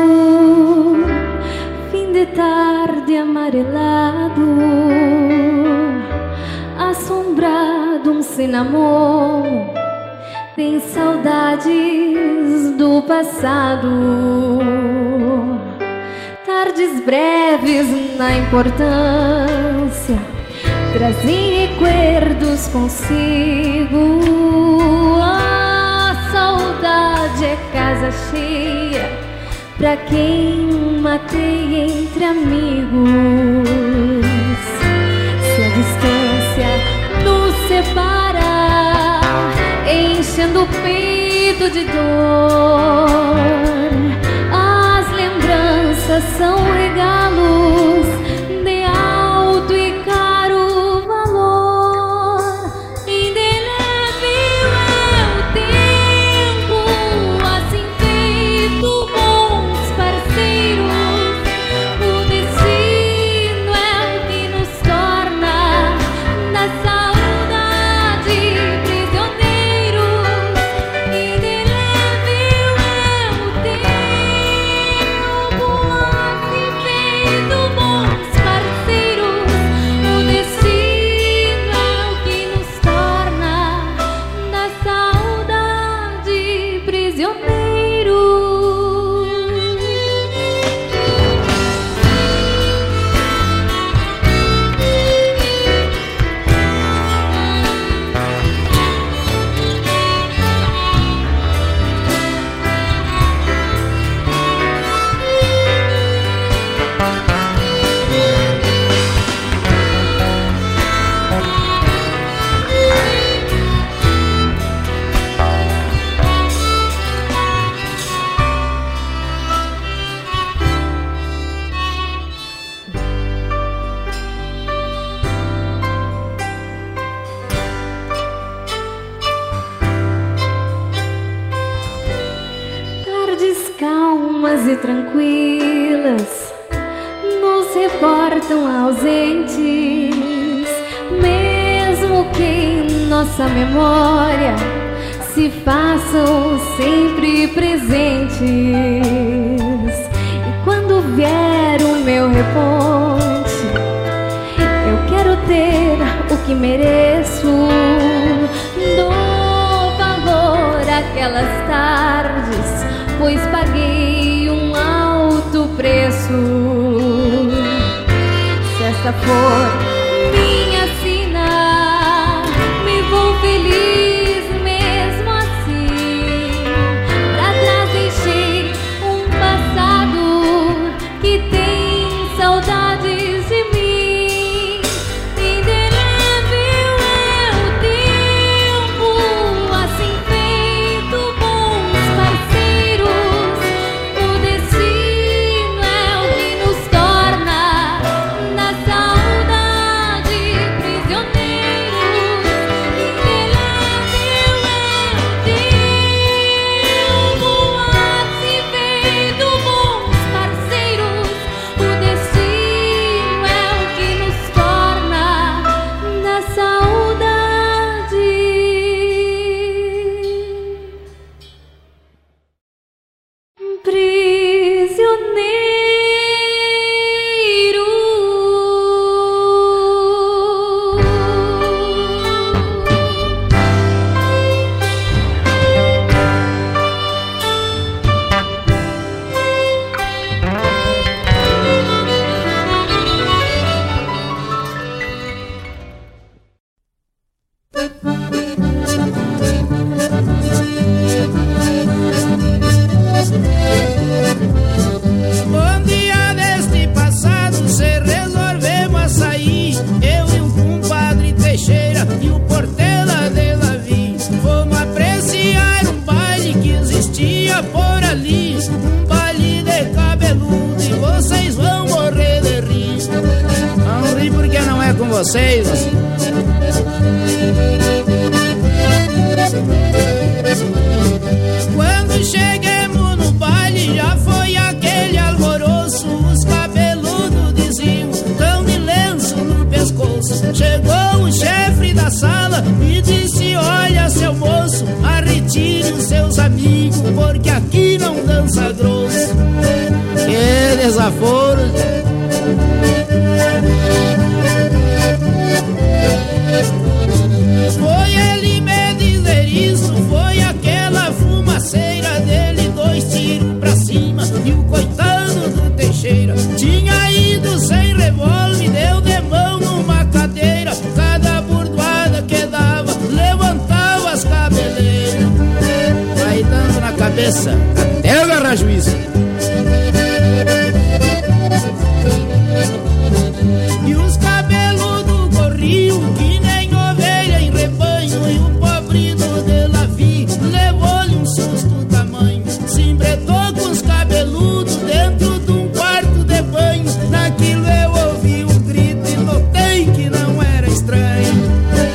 fim de tarde amarelado, assombrado um cinnamon, tem saudades do passado. Tardes breves na importância trazem recuerdos consigo. Saudade é casa cheia pra quem matei entre amigos. Se a distância nos separa, enchendo o peito de dor, as lembranças são regalos de alto e caro valor. Indelével é o tempo, assim feito bons parceiros. O destino é o que nos torna da saudade prisioneiros. Indelével é o tempo, assim feito bons parceiros. O destino é o que nos torna da saudade prisioneiros. Tardes calmas e tranquilas nos reportam ausentes, mesmo que em nossa memória se façam sempre presentes. E quando vier o meu reponte, eu quero ter o que mereço. Dou valor àquelas tardes, pois paguei um alto preço. Se esta for minha sina, me vou feliz mesmo assim. Pra trás deixei um passado que tem saudades de mim. Indelével é o tempo, vocês. Quando cheguemos no baile já foi aquele alvoroço. Os cabeludos diziam, tão de lenço no pescoço. Chegou o chefe da sala e disse, olha seu moço, arretire os seus amigos, porque aqui não dança grosso. Que desaforo. Foi ele me dizer isso, foi aquela fumaceira dele, 2 tiros pra cima e o coitado do Teixeira tinha ido sem revólver, deu de mão numa cadeira, cada burdoada que dava levantava as cabeleiras, vai dando na cabeça até agarrar juízo. E os cabeludos corriam que nem ovelha em rebanho, e o pobre do Delavi levou-lhe um susto tamanho. Se embretou com os cabeludos dentro de um quarto de banho. Naquilo eu ouvi um grito e notei que não era estranho.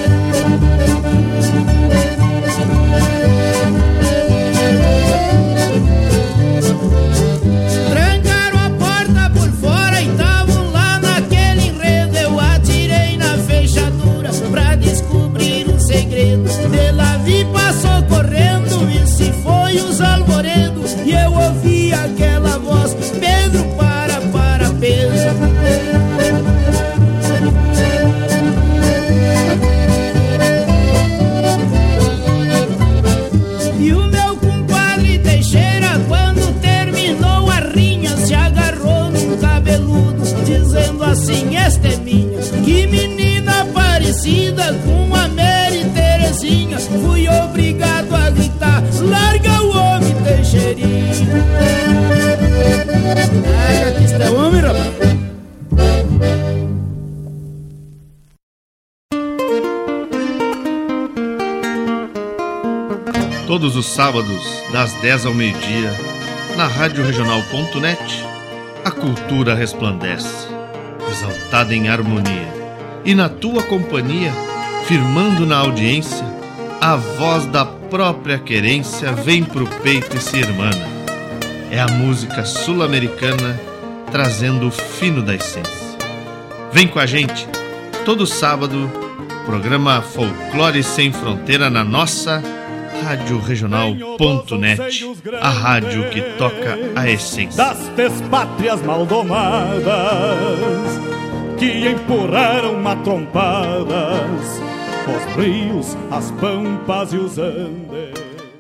Trancaram a porta por fora e estavam lá naquele enredo. Eu atirei na fechadura pra descobrir o segredo. Delavi passou correndo e se foi os alvoredos. E eu ouvi aquela voz, Pedro, para, Pedro. E o meu compadre Teixeira, quando terminou a rinha, se agarrou num cabeludo, dizendo assim, esta é minha. Que menina parecida com a Mary Terezinha. Fui obrigado a gritar, larga o homem, Teixeirinho. Larga que está homem, rapaz. Todos os sábados, das 10 ao meio-dia, na radioregional.net, a cultura resplandece, exaltada em harmonia. E na tua companhia, firmando na audiência, a voz da própria querência vem pro peito e se irmana. É a música sul-americana trazendo o fino da essência. Vem com a gente, todo sábado, programa Folclore Sem Fronteira na nossa radioregional.net, a rádio que toca a essência das despátrias maldomadas que empurraram matrompadas os rios, as pampas e os andes.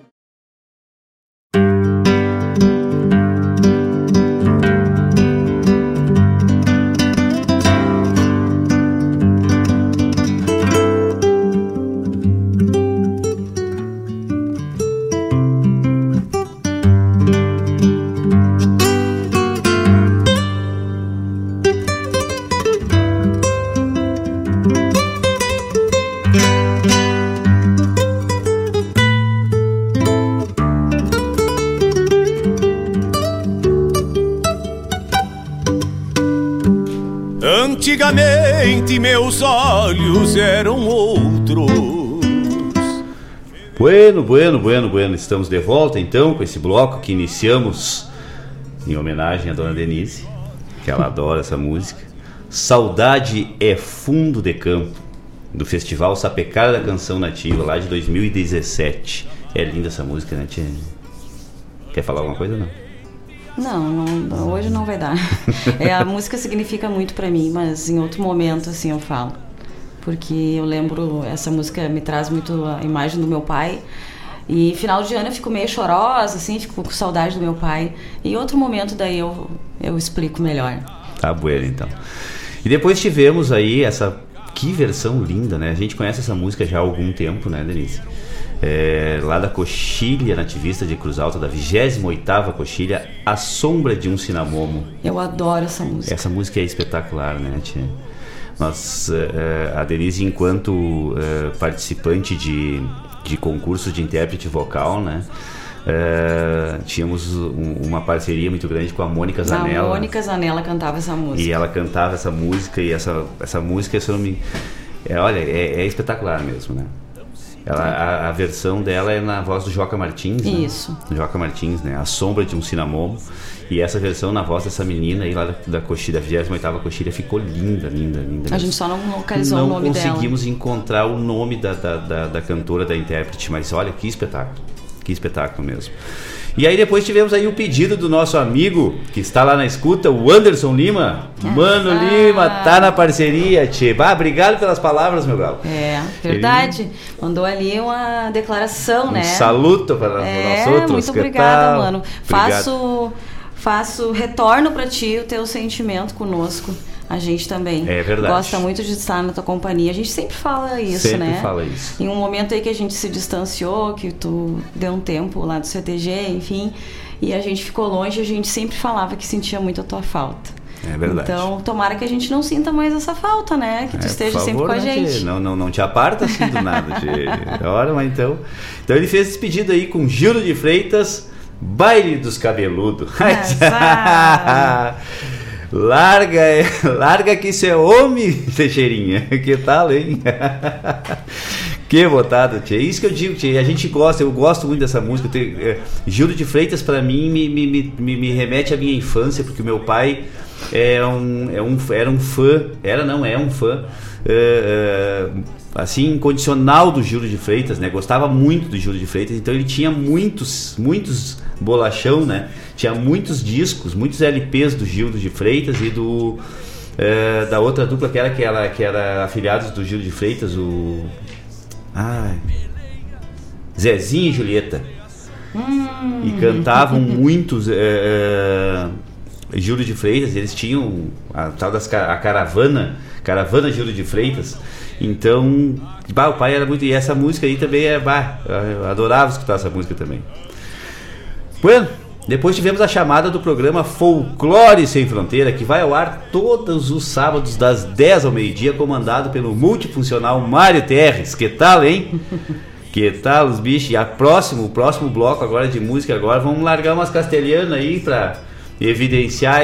Antigamente meus olhos eram outros. Bueno. Estamos de volta então com esse bloco que iniciamos em homenagem à Dona Denise, que ela adora essa música. Saudade é Fundo de Campo, do Festival Sapecada da Canção Nativa, lá de 2017. É linda essa música, né, tia? Quer falar alguma coisa ou não? Não, hoje não vai dar. A música significa muito pra mim, mas em outro momento, assim, eu falo. Porque eu lembro, essa música me traz muito a imagem do meu pai. E final de ano eu fico meio chorosa, assim, fico com saudade do meu pai. E em outro momento daí eu explico melhor. Tá bueno, então. E depois tivemos aí essa... Que versão linda, né? A gente conhece essa música já há algum tempo, né, Denise? Lá da Coxilha Nativista de Cruz Alta, da 28ª Coxilha, A Sombra de um Cinamomo. Eu adoro essa música. Essa música é espetacular, né, tia? A Denise, enquanto participante de concursos de intérprete vocal, né, Tínhamos uma parceria muito grande com a Mônica Zanella. A Mônica Zanella cantava essa música. E ela cantava essa música, e essa música, se eu não me... é espetacular mesmo, né? A versão dela é na voz do Joca Martins. Isso. Né? Joca Martins, né? A Sombra de um Cinamomo. E essa versão na voz dessa menina aí lá da coxilha, da 28ª coxilha, ficou linda. A gente só não localizou o nome dela. Não conseguimos encontrar o nome da cantora, da intérprete, mas olha, que espetáculo mesmo. E aí depois tivemos aí o pedido do nosso amigo, que está lá na escuta, o Anderson Lima. Mano Lima, tá na parceria, tchê. Obrigado pelas palavras, meu galo. Verdade. Ele mandou ali uma declaração, né? Um saluto para nós outros. Muito obrigada, mano. Faço retorno para ti o teu sentimento conosco. A gente também gosta muito de estar na tua companhia. A gente sempre fala isso, né? Sempre fala isso. Em um momento aí que a gente se distanciou, que tu deu um tempo lá do CTG, enfim, e a gente ficou longe, a gente sempre falava que sentia muito a tua falta. É verdade. Então, tomara que a gente não sinta mais essa falta, né? Que tu esteja sempre com a gente. Não te aparta assim do nada. Ora, mas então ele fez esse pedido aí com Gildo de Freitas, Baile dos Cabeludos. Larga que isso é homem, Teixeirinha. Que tal, hein? Que botada, tia. É isso que eu digo, tia. A gente gosta, eu gosto muito dessa música. Gildo de Freitas, pra mim, me remete à minha infância, porque o meu pai é um fã assim, incondicional do Gildo de Freitas, né? Gostava muito do Gildo de Freitas, então ele tinha muitos bolachão, né? Tinha muitos discos, muitos LPs do Gildo de Freitas e da outra dupla que era afiliados do Gildo de Freitas, Zezinho e Julieta. E cantavam muitos Gildo de Freitas. Eles tinham a tal a caravana Gildo de Freitas. Então, o pai era muito... E essa música aí também eu adorava escutar essa música também. Bueno, depois tivemos a chamada do programa Folclore Sem Fronteira, que vai ao ar todos os sábados das 10 ao meio-dia, comandado pelo multifuncional Mário Terres. Que tal, hein? Que tal os bichos? E o próximo bloco agora de música, vamos largar umas castelhanas aí pra evidenciar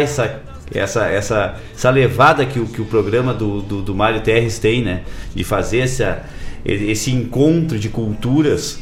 essa levada que o programa do Mário Terres tem, né? De fazer esse encontro de culturas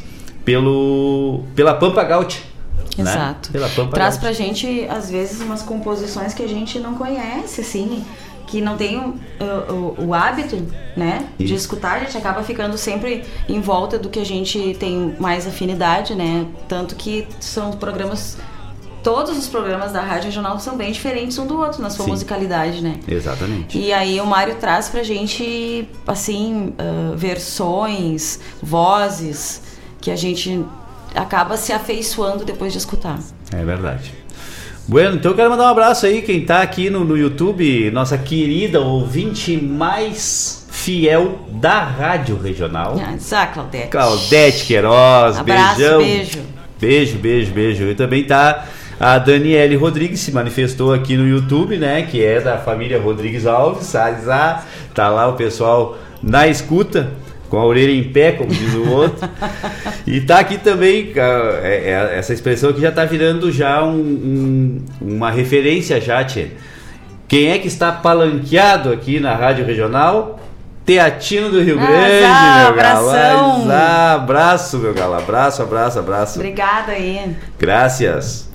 pela Pampa Gaúcha. Exato. Né? Pela Pampa Traz Gaúcha. pra gente, às vezes, umas composições que a gente não conhece, assim, que não tem o hábito, né, de escutar. A gente acaba ficando sempre em volta do que a gente tem mais afinidade, né? Tanto que são programas... Todos os programas da Rádio Regional são bem diferentes um do outro na sua musicalidade, né? Exatamente. E aí o Mário traz pra gente, assim, versões, vozes, que a gente acaba se afeiçoando depois de escutar. É verdade. Bueno, então eu quero mandar um abraço aí, quem tá aqui no YouTube, nossa querida ouvinte mais fiel da Rádio Regional. Claudete. Claudete Queiroz, abraço, beijão. Beijo. E também tá a Daniele Rodrigues, se manifestou aqui no YouTube, né? Que é da família Rodrigues Alves. Tá lá o pessoal na escuta, com a orelha em pé, como diz o outro. E tá aqui também, essa expressão aqui já tá virando já uma referência já, tchê. Quem é que está palanqueado aqui na Rádio Regional? Teatino do Rio Grande, meu galo. Abraço, meu galo. Abraço. Obrigada aí. Graças.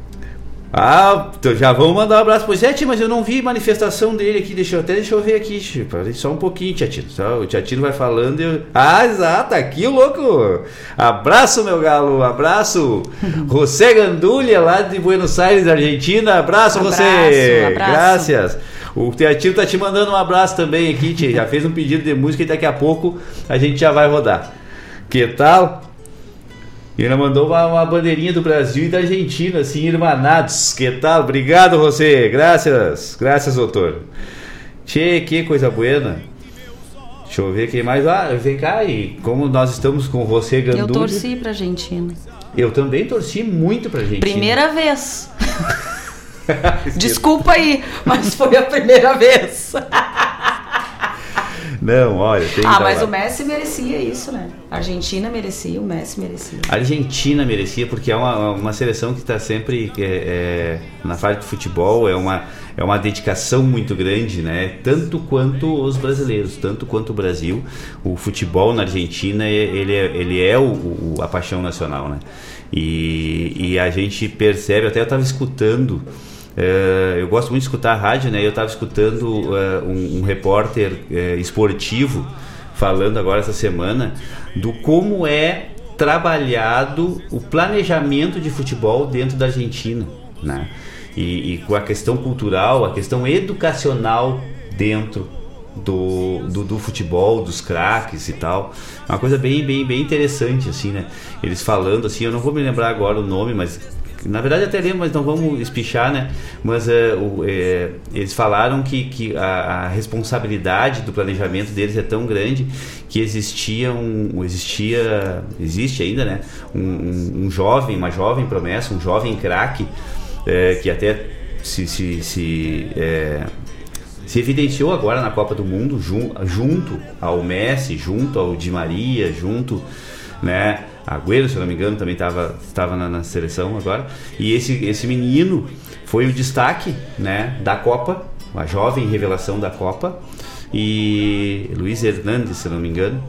Então já vamos mandar um abraço. Pois é, tia, mas eu não vi manifestação dele aqui. Deixa eu ver aqui, tia. Só um pouquinho, Teatino. O Teatino vai falando e exato, aqui o louco. Abraço, meu galo. Abraço. José Gandulha, lá de Buenos Aires, Argentina. Abraço, José. Graças. O Teatino tá te mandando um abraço também aqui, tia. Já fez um pedido de música e daqui a pouco a gente já vai rodar. Que tal? E ele mandou uma bandeirinha do Brasil e da Argentina, assim, irmanados. Que tal? Obrigado, José. Graças, doutor. Tchê, que coisa buena. Deixa eu ver quem mais. Vem cá, e como nós estamos com o José Gandulha... Eu torci pra Argentina. Eu também torci muito pra Argentina. Primeira vez. Desculpa aí, mas foi a primeira vez. Não, olha, tem... mas o Messi merecia isso, né? A Argentina merecia, o Messi merecia. A Argentina merecia, porque é uma seleção que está sempre na fase de futebol, é uma dedicação muito grande, né? Tanto quanto os brasileiros, tanto quanto o Brasil. O futebol na Argentina, ele é a paixão nacional, né? E a gente percebe, até eu estava escutando, eu gosto muito de escutar a rádio, né? Eu estava escutando um repórter esportivo falando agora essa semana do como é trabalhado o planejamento de futebol dentro da Argentina, né? E com a questão cultural, a questão educacional dentro do futebol, dos craques e tal. É uma coisa bem interessante, assim, né? Eles falando, assim, eu não vou me lembrar agora o nome, mas na verdade até lembro, mas não vamos espichar, né? Mas eles falaram que a responsabilidade do planejamento deles é tão grande que existe ainda, né? Uma jovem promessa, um jovem craque, que até se evidenciou agora na Copa do Mundo, junto ao Messi, junto ao Di Maria, junto, né, Agüero, se eu não me engano, também estava na seleção agora. E esse menino foi o destaque, né, da Copa, a jovem revelação da Copa, e Luiz Hernandes, se eu não me engano.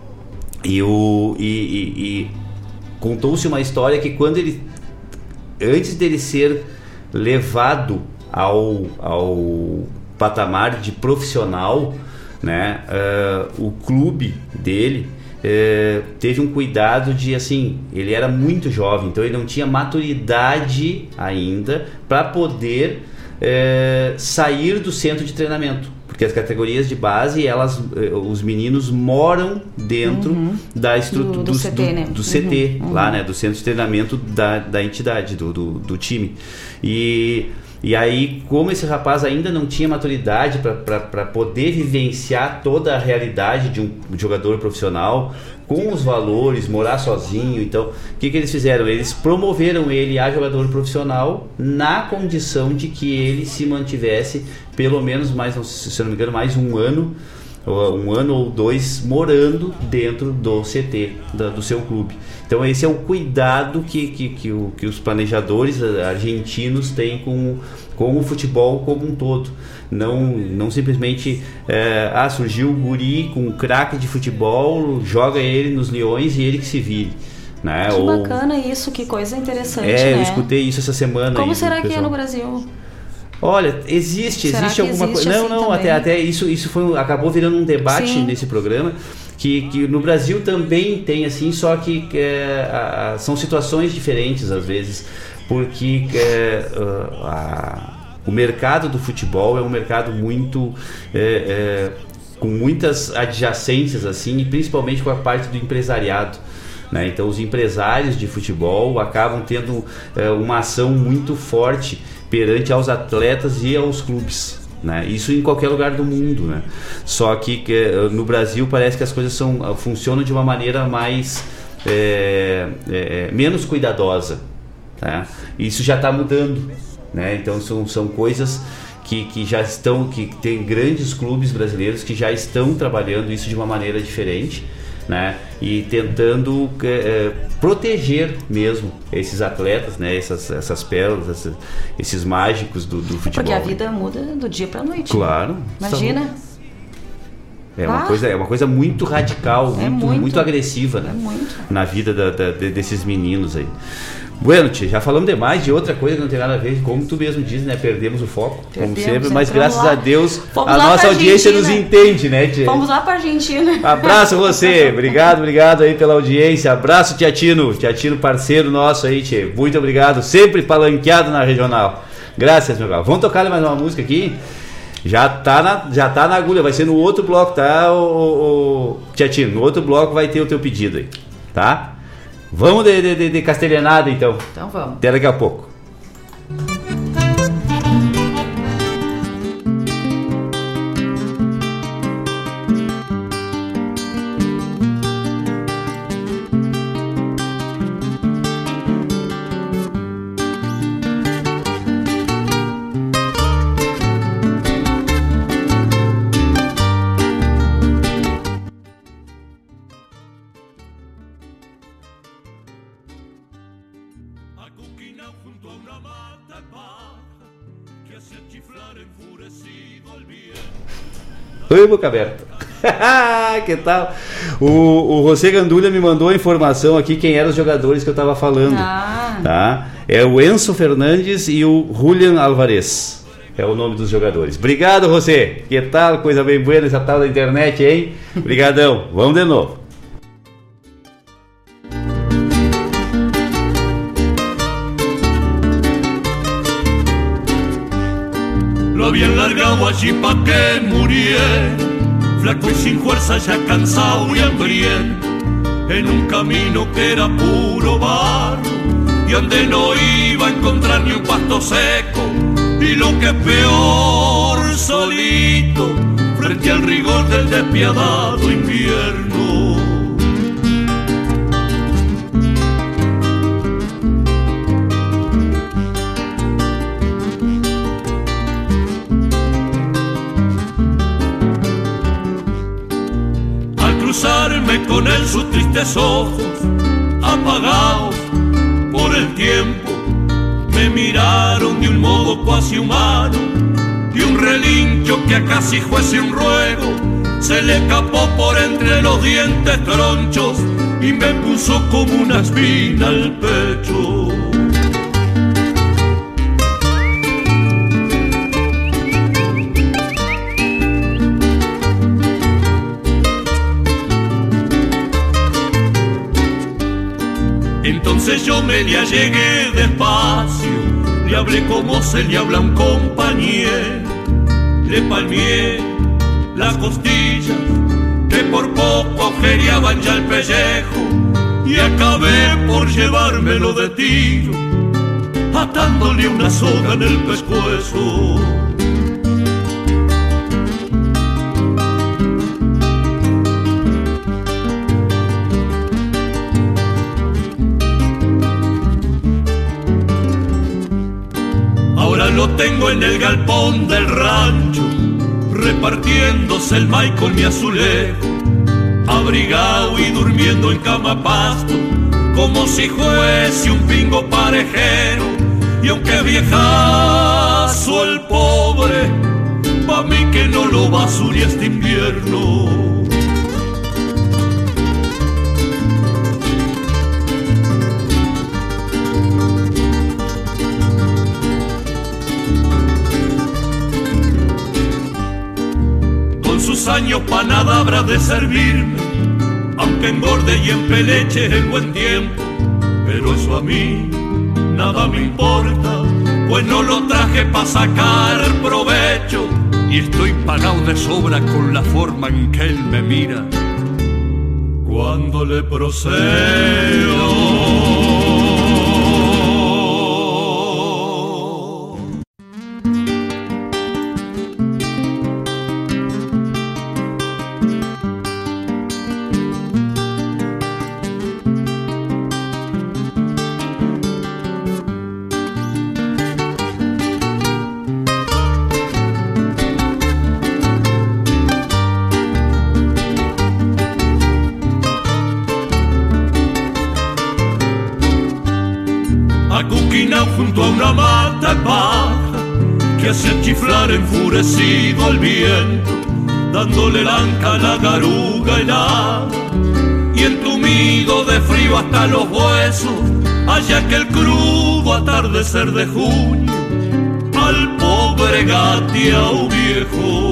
E contou-se uma história que antes dele ser levado ao patamar de profissional, né, o clube dele teve um cuidado de, assim, ele era muito jovem, então ele não tinha maturidade ainda para poder sair do centro de treinamento, porque as categorias de base, os meninos moram dentro da estrutura do CT, né? Do CT, lá, né, do centro de treinamento da entidade, do time. E aí, como esse rapaz ainda não tinha maturidade para poder vivenciar toda a realidade de um jogador profissional, com os valores, morar sozinho, então, o que eles fizeram? Eles promoveram ele a jogador profissional na condição de que ele se mantivesse pelo menos, se eu não me engano, mais um ano ou dois morando dentro do CT, do seu clube. Então esse é o cuidado que os planejadores argentinos têm com o futebol como um todo. Não simplesmente surgiu o guri com um craque de futebol, joga ele nos Leões e ele que se vire, né? Que bacana isso, que coisa interessante, né? Eu escutei isso essa semana. Como será que é no Brasil? Olha, existe alguma coisa. Não, assim, até isso acabou virando um debate nesse programa, que no Brasil também tem, assim, só que são situações diferentes às vezes, porque o mercado do futebol é um mercado muito com muitas adjacências, assim, e principalmente com a parte do empresariado, né? Então os empresários de futebol acabam tendo uma ação muito forte perante aos atletas e aos clubes, né? Isso em qualquer lugar do mundo, né? Só que no Brasil parece que as coisas funcionam de uma maneira mais menos cuidadosa, tá? Isso já está mudando, né? Então são coisas que já estão, que tem grandes clubes brasileiros que já estão trabalhando isso de uma maneira diferente, né? E tentando proteger mesmo esses atletas, né? Essas pérolas, esses mágicos do futebol. Porque a vida muda do dia para a noite. Claro. Imagina. É uma coisa muito radical, muito agressiva, né? Na vida desses meninos aí. Bueno, tia, já falamos demais de outra coisa que não tem nada a ver, como tu mesmo diz, né? Perdemos o foco, como sempre, mas graças a Deus a nossa audiência nos entende, né, tia? Vamos lá pra Argentina. Abraço você, obrigado aí pela audiência, abraço tia Tino parceiro nosso aí, tia, muito obrigado, sempre palanqueado na regional. Graças, meu caro. Vamos tocar mais uma música aqui? Já tá na agulha, vai ser no outro bloco, tá, tia Tino? No outro bloco vai ter o teu pedido aí, tá? Vamos de castelhanada, então. Então vamos. Até daqui a pouco. acuquinao junto a una mata baja que hace chiflar enfurecido al viento. Oi, boca aberta. Que tal? O José Gandulha me mandou a informação aqui quem eram os jogadores que eu estava falando. Tá? É o Enzo Fernandes e o Julian Alvarez. É o nome dos jogadores. Obrigado, José. Que tal? Coisa bem boa essa tal da internet, hein? Obrigadão. Vamos de novo. Lo habían largado allí pa' que muriera, flaco y sin fuerza, ya cansado y hambriento, en un camino que era puro barro, y donde no iba a encontrar ni un pasto seco, y lo que es peor, solito, frente al rigor del despiadado invierno. Cruzarme con él sus tristes ojos apagados por el tiempo me miraron de un modo cuasi humano y un relincho que a casi fuese un ruego se le escapó por entre los dientes tronchos y me puso como una espina al pecho. Entonces yo me le allegué despacio, le hablé como se le habla a un compañero, le palmeé las costillas que por poco agujereaban ya el pellejo y acabé por llevármelo de tiro, atándole una soga en el pescuezo. Lo tengo en el galpón del rancho, repartiéndose el maíz con mi azulejo, abrigado y durmiendo en cama pasto, como si fuese un pingo parejero. Y aunque viejazo el pobre, pa' mí que no lo basure este invierno. Años pa' nada habrá de servirme, aunque engorde y empeleche el buen tiempo, pero eso a mí nada me importa, pues no lo traje pa' sacar provecho y estoy pagado de sobra con la forma en que él me mira cuando le procedo. Junto a una mata baja que hace chiflar enfurecido al viento, dándole lanca a la garuga helada y entumido de frío hasta los huesos, haya que el crudo atardecer de junio al pobre gateao viejo.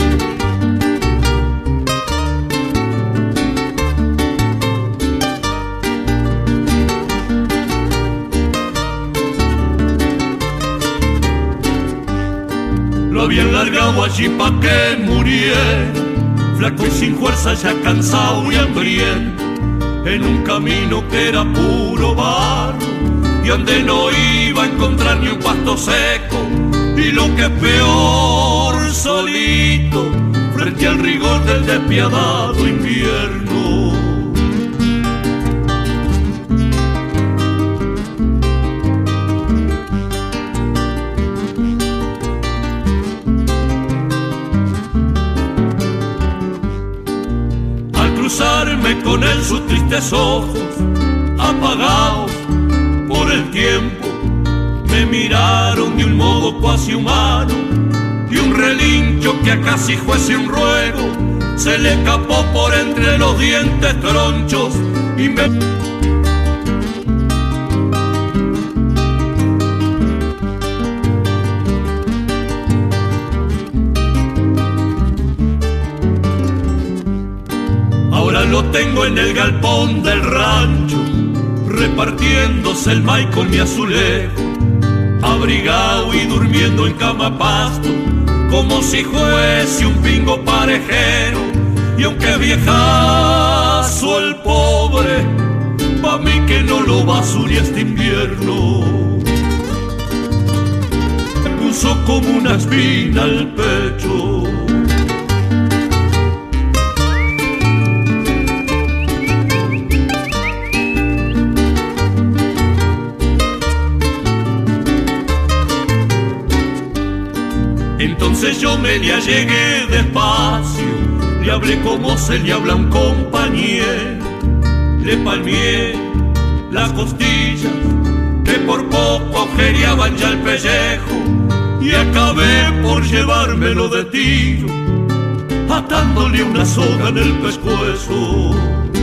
Lo habían largado allí pa' que muriera, flaco y sin fuerza, ya cansado y hambriento, en un camino que era puro barro y donde no iba a encontrar ni un pasto seco, y lo que es peor, solito, frente al rigor del despiadado invierno. Con él sus tristes ojos apagados por el tiempo me miraron de un modo cuasi humano, y un relincho que a casi fuese un ruego se le escapó por entre los dientes tronchos y me... Ahora lo tengo en el galpón del rancho, repartiéndose el maíz con mi azulejo, abrigado y durmiendo en cama pasto, como si fuese un pingo parejero. Y aunque es viejazo el pobre, pa' mí que no lo basure este invierno. Me puso como una espina al pecho. Entonces yo me le allegué despacio, le hablé como se le habla a un compañero, le palmeé las costillas que por poco agujereaban ya el pellejo, y acabé por llevármelo de tiro, atándole una soga en el pescuezo.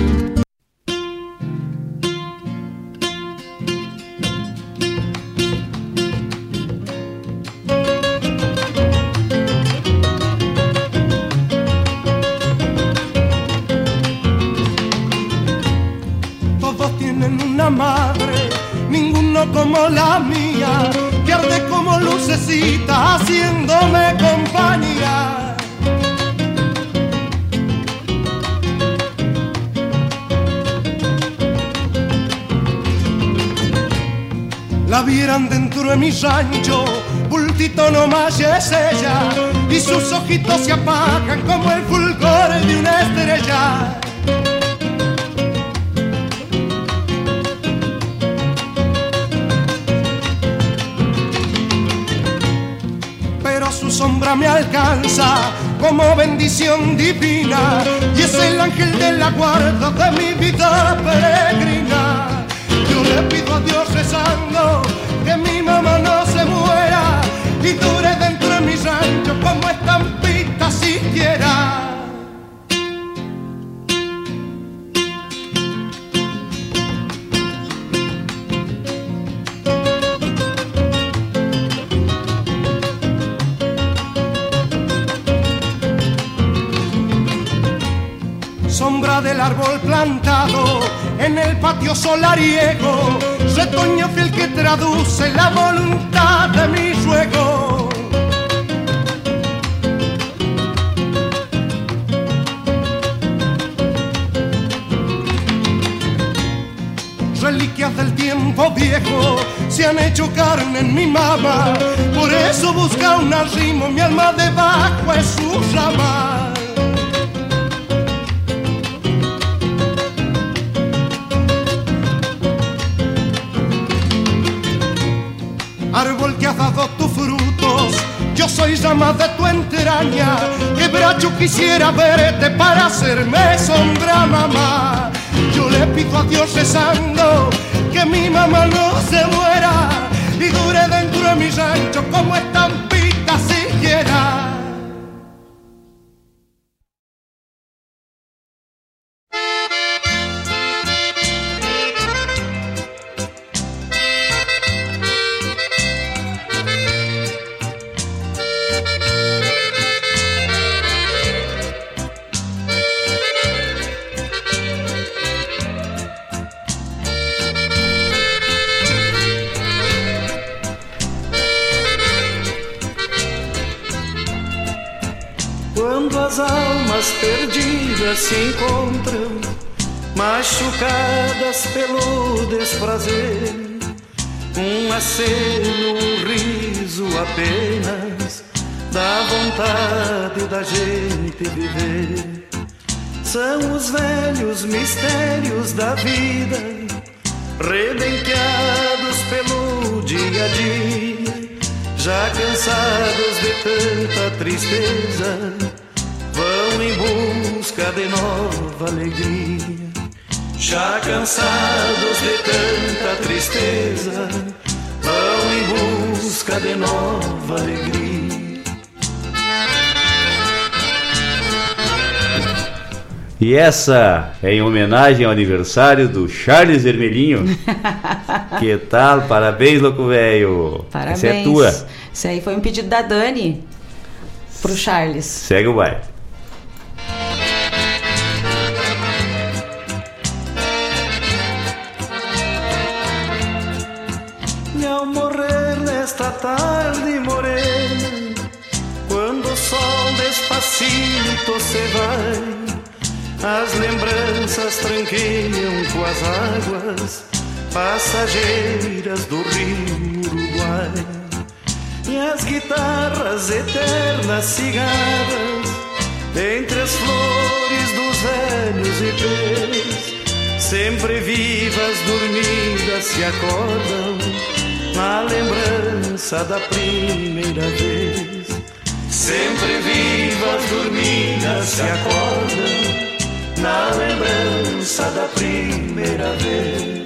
Madre, ninguno como la mía, que arde como lucecita haciéndome compañía. La vieran dentro de mi rancho, bultito nomás es ella, y sus ojitos se apagan como el fulgor de una estrella. Su sombra me alcanza como bendición divina, y es el ángel de la guarda de mi vida peregrina. Yo le pido a Dios rezando que mi mamá no se muera y dure dentro de mi rancho como estampita siquiera. Sombra del árbol plantado en el patio solariego, retoño fiel que traduce la voluntad de mi ruego. Reliquias del tiempo viejo se han hecho carne en mi mama, por eso busca un arrimo mi alma debajo de su rama. Árbol que has dado tus frutos, yo soy rama de tu entraña, que bracho quisiera verte para hacerme sombra, mamá. Yo le pido a Dios rezando que mi mamá no se muera y dure dentro de mi rancho como estampita siquiera. Quando as almas perdidas se encontram, machucadas pelo desprazer, um aceno, um riso apenas, dá vontade da gente viver. São os velhos mistérios da vida, rebenqueados pelo dia a dia, já cansados de tanta tristeza, vão em busca de nova alegria. já cansados de tanta tristeza, vão em busca de nova alegria. E essa é em homenagem ao aniversário do Charles Vermelhinho. Que tal? Parabéns, louco velho. Parabéns. Essa é tua. Isso aí foi um pedido da Dani pro Charles. Segue o baile. E ao morrer nesta tarde morena, quando o sol despacito se vai, as lembranças tranqueiam com as águas passageiras do rio Uruguai. E as guitarras eternas cigarras, entre as flores dos velhos ipês, sempre vivas, dormidas, se acordam na lembrança da primeira vez. Sempre vivas, dormidas, se acordam na lembrança da primeira vez.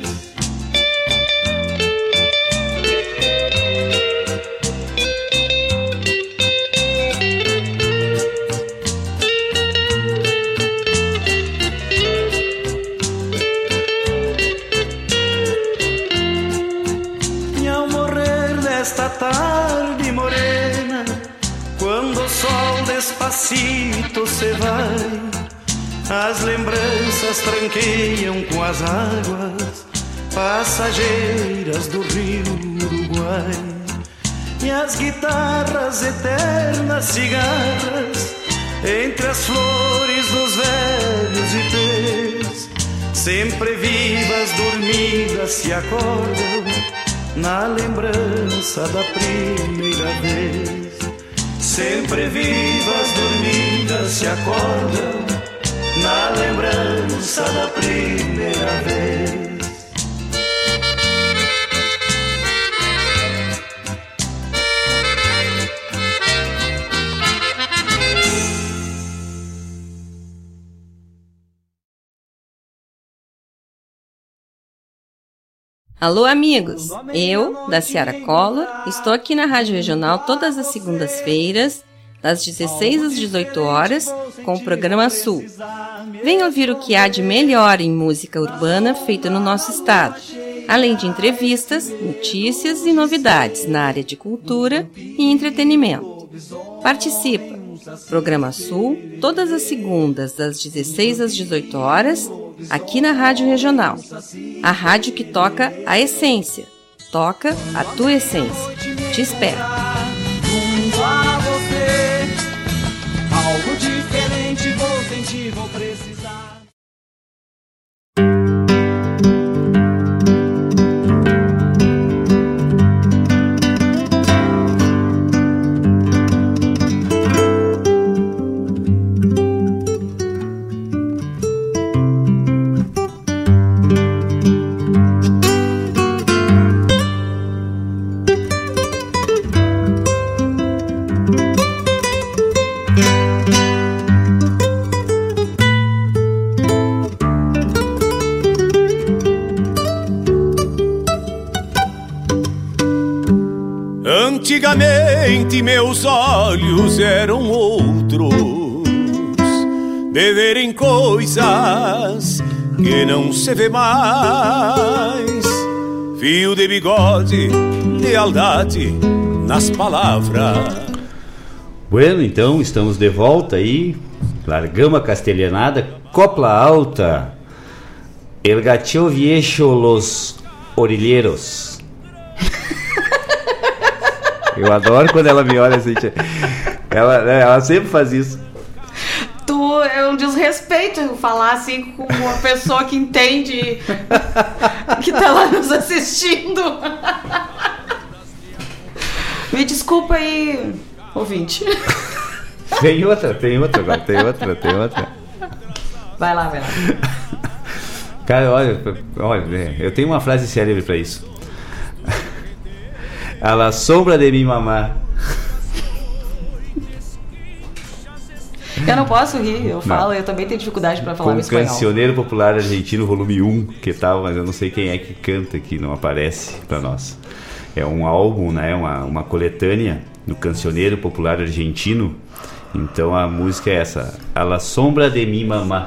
E ao morrer nesta tarde morena, quando o sol despacito se vai, as lembranças tranqueiam com as águas passageiras do rio Uruguai. E as guitarras eternas cigarras, entre as flores dos velhos ipês, sempre vivas, dormidas, se acordam na lembrança da primeira vez. Sempre vivas, dormidas, se acordam na lembrança da primeira vez. Alô, amigos! Eu, da Ciara Collor, estou aqui na Rádio Regional todas as segundas-feiras, das 16 às 18 horas, com o programa Sul. Venha ouvir o que há de melhor em música urbana feita no nosso estado, além de entrevistas, notícias e novidades na área de cultura e entretenimento. Participa! Programa Sul, todas as segundas, das 16 às 18 horas, aqui na Rádio Regional. A rádio que toca a essência. Toca a tua essência. Te espero. Junto a você, algo diferente vou sentir, vou precisar. Antigamente meus olhos eram outros, de verem coisas que não se vê mais. Fio de bigode, lealdade nas palavras. Bueno, então estamos de volta aí. Largamos a castelhanada, copla alta. El gatillo viejo los orilheros. Eu adoro quando ela me olha assim. Ela sempre faz isso. É um desrespeito falar assim com uma pessoa que entende, que tá lá nos assistindo. Me desculpa aí, ouvinte. Tem outra agora. Vai lá. Cara, olha, eu tenho uma frase célebre pra isso. A la sombra de mi mamá. Eu não posso rir, eu falo, eu também tenho dificuldade para falar Com o espanhol. Cancioneiro Popular Argentino, volume 1, que tal, mas eu não sei quem é que canta aqui, não aparece para nós. É um álbum, né? Uma coletânea do Cancioneiro Popular Argentino. Então a música é essa, A la sombra de mi mamá.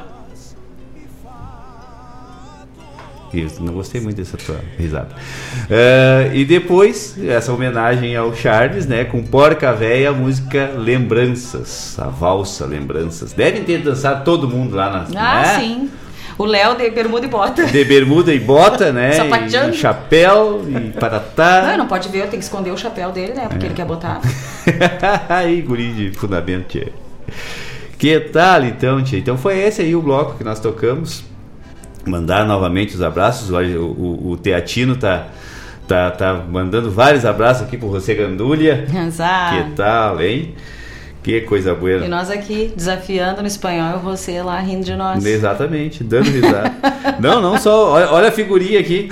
Isso, não gostei muito dessa tua risada. E depois, essa homenagem ao Charles, né? Com Porca Véia, a música Lembranças, a valsa Lembranças. Devem ter dançado todo mundo lá na... né? Sim. O Léo de bermuda e bota. De bermuda e bota, né? Sapateando. E chapéu e paratá. Não pode ver, eu tenho que esconder o chapéu dele, né? Porque ele quer botar. Aí, guri de fundamento, tia. Que tal, então, tia? Então foi esse aí o bloco que nós tocamos. Mandar novamente os abraços. O Teatino tá mandando vários abraços aqui pro José Gandulha. Exato. Que tal, hein? Que coisa boa. E nós aqui desafiando no espanhol e você lá rindo de nós. Exatamente, dando risada. não só. Olha a figurinha aqui.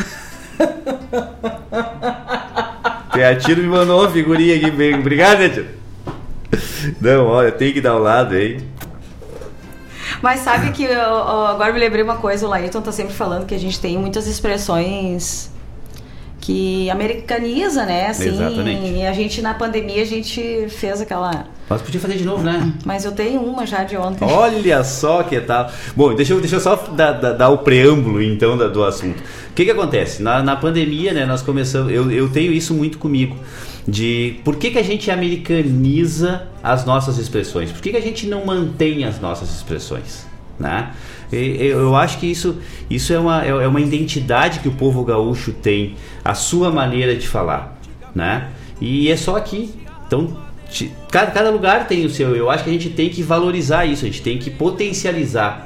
Teatino me mandou uma figurinha aqui. Bem, obrigado, Teatino. Não, olha, tem que dar o lado aí. Mas sabe que agora me lembrei uma coisa, o Laírton tá sempre falando que a gente tem muitas expressões que americaniza, né? Assim, exatamente. E a gente, na pandemia, a gente fez aquela... Mas podia fazer de novo, né? Mas eu tenho uma já de ontem. Olha só que tal. Bom, deixa eu só dar o preâmbulo, então, do assunto. O que acontece? Na pandemia, né, nós começamos... Eu tenho isso muito comigo. De por que a gente americaniza as nossas expressões? Por que a gente não mantém as nossas expressões? Né? Eu acho que isso é uma identidade que o povo gaúcho tem, a sua maneira de falar, né? E é só aqui. Então, cada lugar tem o seu. Eu acho que a gente tem que valorizar isso, a gente tem que potencializar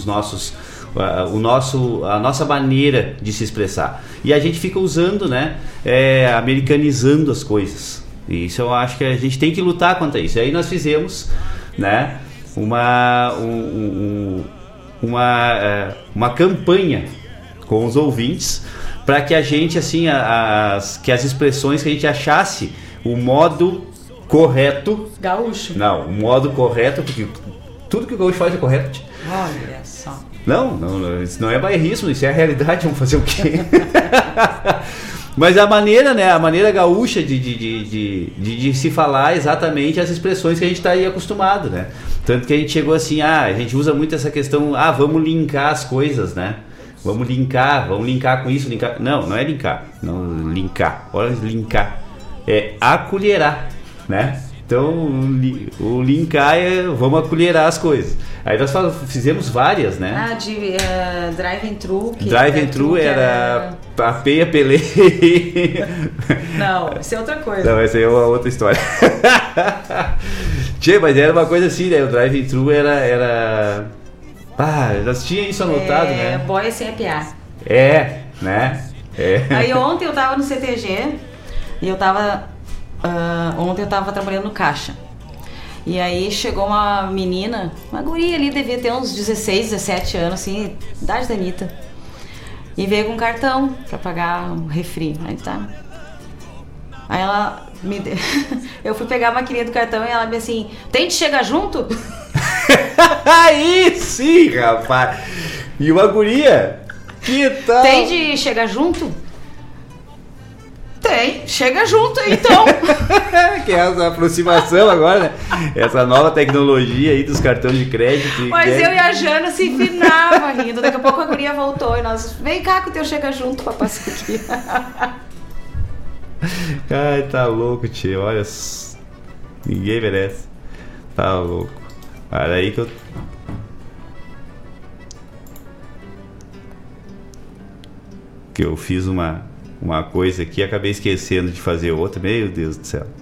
a nossa maneira de se expressar. E a gente fica usando, né? Americanizando as coisas. E isso eu acho que a gente tem que lutar contra isso. E aí nós fizemos, né? Uma campanha com os ouvintes para que a gente, assim, que as expressões que a gente achasse o modo correto. Gaúcho. Não, o modo correto, porque tudo que o gaúcho faz é correto. Olha só. Não, isso não é bairrismo, isso é a realidade, vamos fazer o quê? Mas a maneira, né, a maneira gaúcha de se falar exatamente as expressões que a gente está aí acostumado, né? Tanto que a gente chegou assim, a gente usa muito essa questão, vamos linkar as coisas, né? Vamos linkar com isso, linkar. Não é linkar, não, linkar. Olha, linkar. É acolherar, né? Então, o linkar vamos acolherar as coisas. Aí nós fizemos várias, né? De drive-thru. Drive-thru era Papeia, Pelé. Não, isso é outra coisa. Não, essa aí é uma outra história. Tchê, mas era uma coisa assim, né? O drive-thru era... nós tínhamos isso anotado, né? Boia sem apiar. Né? Aí ontem eu tava no CTG e eu tava... ontem eu tava trabalhando no caixa. E aí chegou uma menina, uma guria ali, devia ter uns 16, 17 anos, assim, idade da Anitta. E veio com um cartão pra pagar um refri. Aí ela me deu... Eu fui pegar a maquininha do cartão e ela me assim, tem de chegar junto? Aí sim, rapaz! E uma guria? Que tal? Tem de chegar junto? Tem, chega junto então. Que é essa aproximação agora, né? Essa nova tecnologia aí dos cartões de crédito. Mas eu e a Jana se empinava rindo. Daqui a pouco a guria voltou e nós, vem cá que o teu chega junto pra passar aqui. Ai, tá louco, tio. Olha, ninguém merece. Tá louco. Olha aí que eu fiz uma coisa aqui e acabei esquecendo de fazer outra. Meu Deus do céu.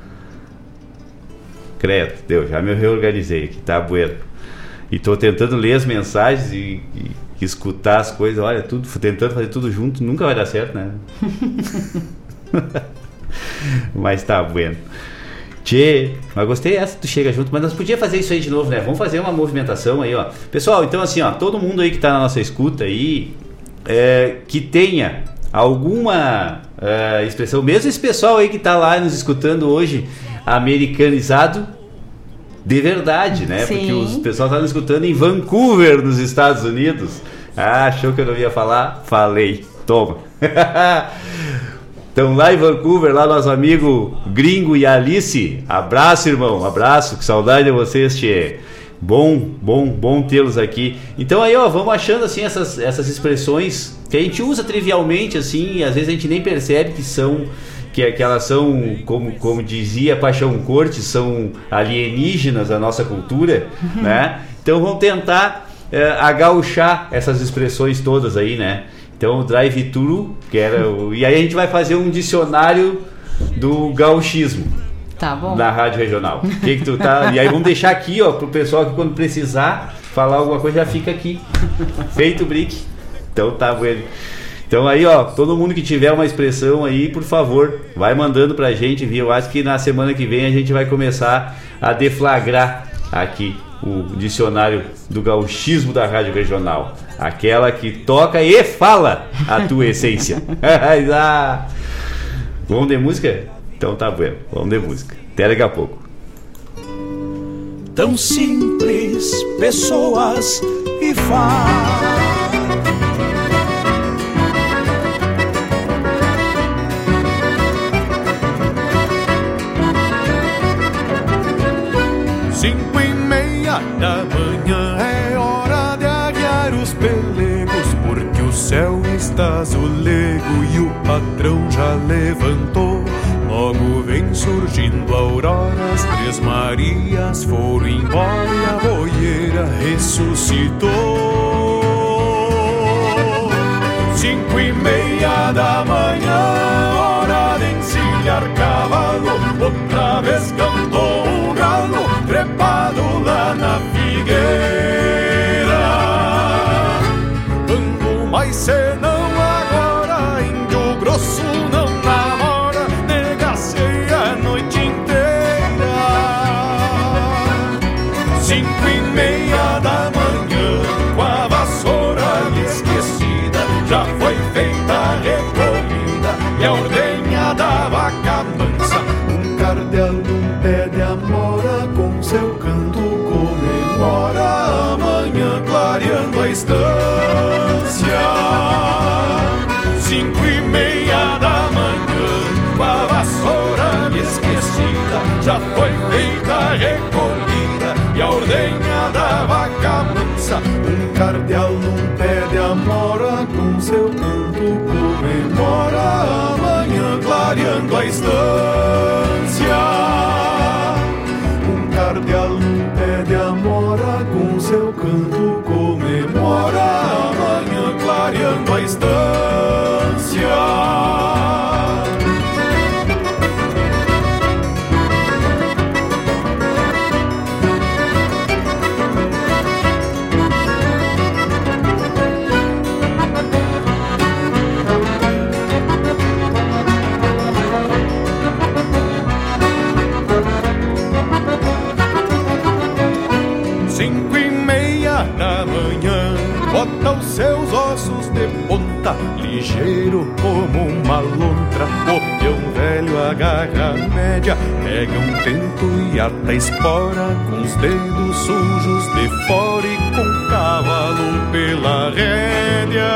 Credo, Deus, já me reorganizei aqui, tá bueno. E tô tentando ler as mensagens e escutar as coisas. Olha, tentando fazer tudo junto, nunca vai dar certo, né? Mas tá bueno. Tchê, mas gostei essa do Chega Junto, mas nós podíamos fazer isso aí de novo, né? Vamos fazer uma movimentação aí, ó. Pessoal, então assim, ó, todo mundo aí que tá na nossa escuta aí, que tenha alguma expressão, mesmo esse pessoal aí que tá lá nos escutando hoje, americanizado, de verdade, né? Sim. Porque o pessoal estava escutando em Vancouver, nos Estados Unidos. Ah, achou que eu não ia falar? Falei. Toma. Então lá em Vancouver, lá nosso amigo Gringo e Alice. Abraço, irmão. Abraço. Que saudade de vocês, tchê. Bom tê-los aqui. Então aí, ó, vamos achando assim essas expressões que a gente usa trivialmente, assim, e às vezes a gente nem percebe que elas são, como dizia Paixão Cortes, são alienígenas da nossa cultura, né? Então vamos tentar agauchar essas expressões todas aí, né? Então o drive-thru, e aí a gente vai fazer um dicionário do gauchismo. Tá bom. Na Rádio Regional. Que tu tá? E aí vamos deixar aqui, ó, pro pessoal que quando precisar falar alguma coisa já fica aqui. Feito o brick. Então tá bueno. Então aí, ó, todo mundo que tiver uma expressão aí, por favor, vai mandando pra gente, viu? Eu acho que na semana que vem a gente vai começar a deflagrar aqui o dicionário do gauchismo da Rádio Regional. Aquela que toca e fala a tua essência. Vamos de música? Então tá bom, vamos de música. Até daqui a pouco. Tão simples, pessoas e faz. Cinco e meia da manhã é hora de arriar os pelegos, porque o céu está azulego e o patrão já levantou. Logo vem surgindo a aurora, as Três Marias foram embora e a boieira ressuscitou. 5 e meia da manhã, hora de encilhar cavalo. Outra vez cantou o galo, trepado lá na figueira. Ando mais senão agora, índio grosso não namora, negacei a noite inteira. 5 e meia da manhã, com a vassoura esquecida, já foi feita a recolhida e a ordenha da vaca mansa. Um cardeal num pé de amora, com seu canto comemora amanhã clareando a estância. 5 e meia da manhã, com a vassoura esquecida, já foi feita a recolhida e a ordenha da vaca mansa. Um cardeal num pé de amora, com seu canto comemora amanhã clareando a estância. Um cardeal num pé de amora, com seu canto comemora amanhã clareando a estância. Bota os seus ossos de ponta, ligeiro como uma lontra. O peão velho agarra a média, pega um tento e ata a espora, com os dedos sujos de fora e com o cavalo pela rédea.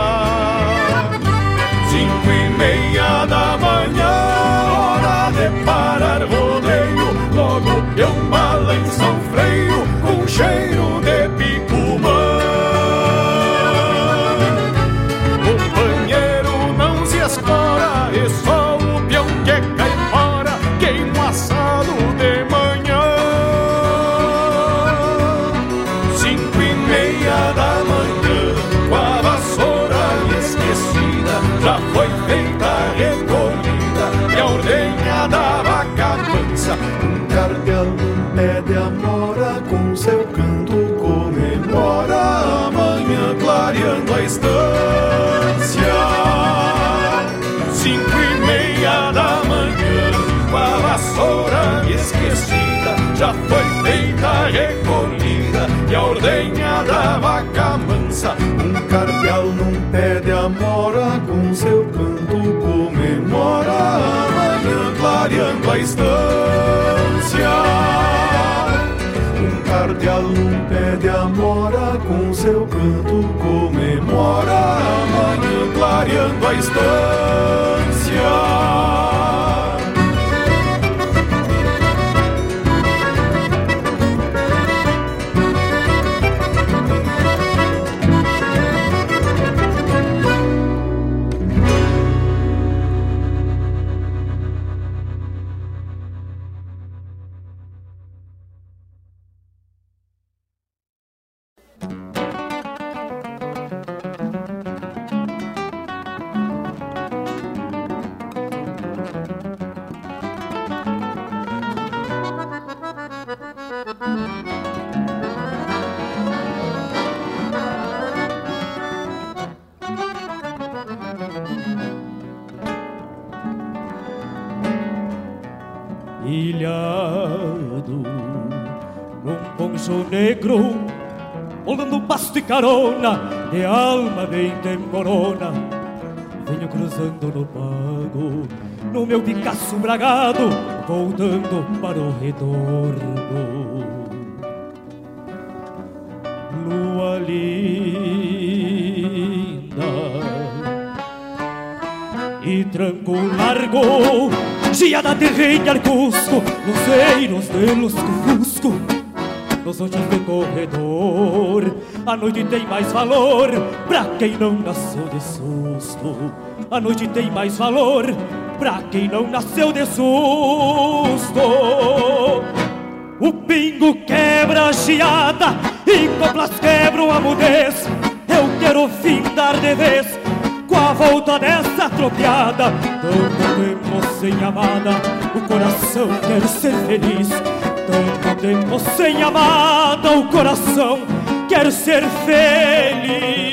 5 e meia da manhã, hora de parar rodeio. Logo o peão balança o freio, com cheiro de picumã. Escora, e só o peão que cai fora queima o assado de manhã. 5 e meia da manhã, com a vassoura esquecida, já foi feita a recolhida e a ordenha da vaca mansa. Um cardeal num pé de amora, com seu canto comemora amanhã clareando a estância. 5 e meia da manhã, com a vassoura esquecida, já foi feita a recolhida e a ordenha da vaca mansa. Um cardeal num pé de amora, com seu canto comemora amanhã clareando a estância. cruzando a estância. Ilhado num poncho negro, molando pasto e carona, de alma bem temporona, venho cruzando no pago, no meu Picasso bragado, voltando para o retorno. Lua linda e tranco largo, geada de rei de Arcusco, luzeiros de lusco-fusco, nos noites do corredor. A noite tem mais valor pra quem não nasceu de susto. A noite tem mais valor pra quem não nasceu de susto. O pingo quebra a geada e coplas quebram a mudez. Eu quero findar de vez com a volta dessa tropiada. Tanto tempo sem amada, o coração quer ser feliz. Tanto tempo sem amada, o coração quer ser feliz.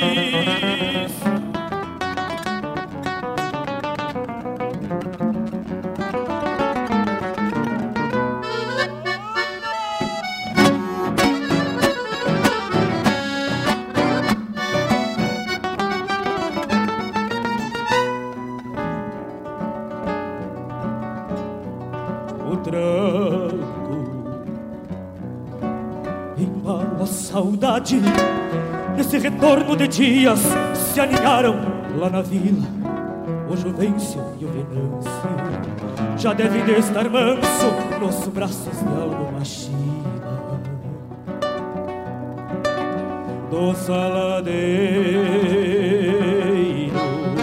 Saudade, nesse retorno de dias, se aninharam lá na vila o Juvencio e o Venâncio. Já devem de estar manso nos braços de alguma china. Do saladeiro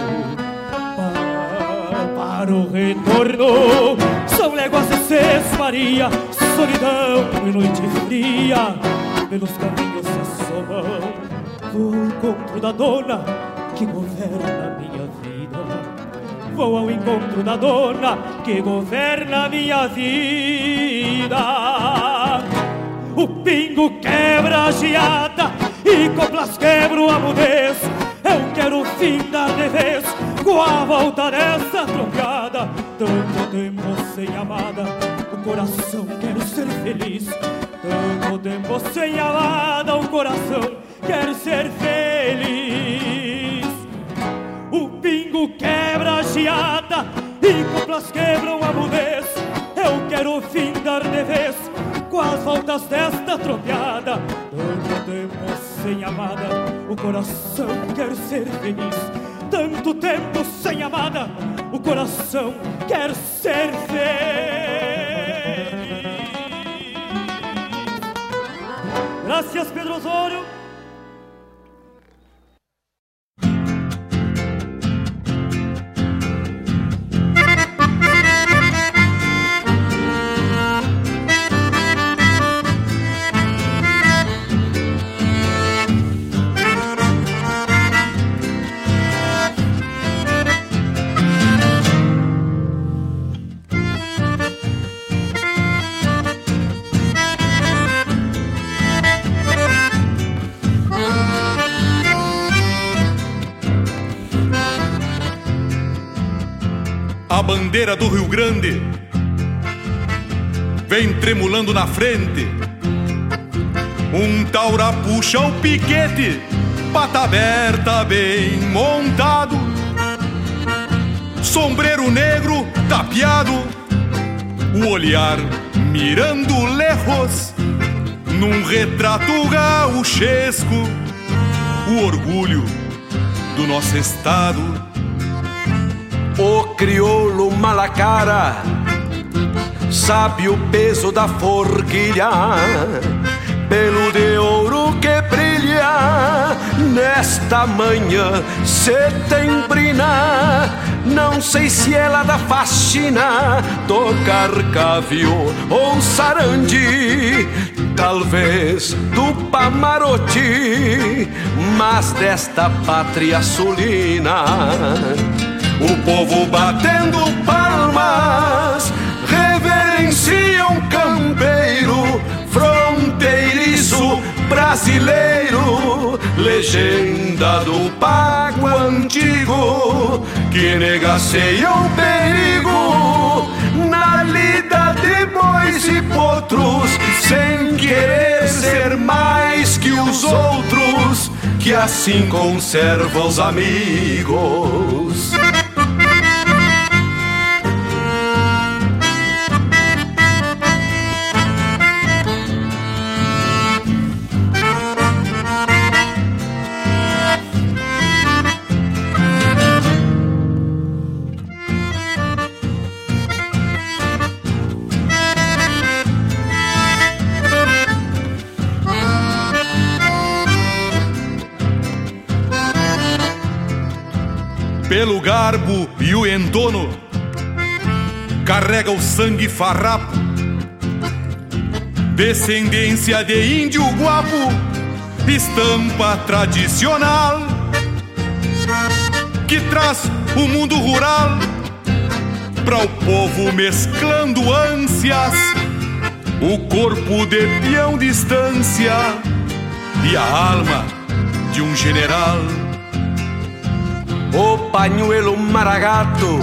para o retorno são léguas de Sesmaria, solidão e noite fria. Pelos caminhos se assomam, vou ao encontro da dona que governa a minha vida. Vou ao encontro da dona que governa a minha vida. O pingo quebra a geada e coplas quebram a mudez. Eu quero findar de vez com a volta dessa tropiada. Tanto tempo sem amada, o coração quer ser feliz. Tanto tempo sem amada, o coração quer ser feliz. O pingo quebra a geada e coplas quebram a mudez. Eu quero findar de vez com as voltas desta tropiada. Tanto tempo sem amada, o coração quer ser feliz. Tanto tempo sem amada, o coração quer ser feliz. Gracias, Pedro Osório. A bandeira do Rio Grande vem tremulando na frente. Um taura puxa o piquete, pata aberta bem montado, sombreiro negro tapeado, o olhar mirando lejos, num retrato gauchesco, o orgulho do nosso estado. O crioulo malacara sabe o peso da forquilha, pelo de ouro que brilha nesta manhã setembrina. Não sei se ela da faxina, tocar cavio ou sarandi, talvez do Pamarote, mas desta pátria sulina. O povo batendo palmas reverencia um campeiro fronteiriço brasileiro, legenda do pago antigo, que negaceia o perigo na lida de bois e potros, sem querer ser mais que os outros, que assim conserva os amigos. Pelo garbo e o entono, carrega o sangue farrapo, descendência de índio guapo, estampa tradicional, que traz o mundo rural para o povo mesclando ânsias, o corpo de peão distância e a alma de um general. O pañuelo maragato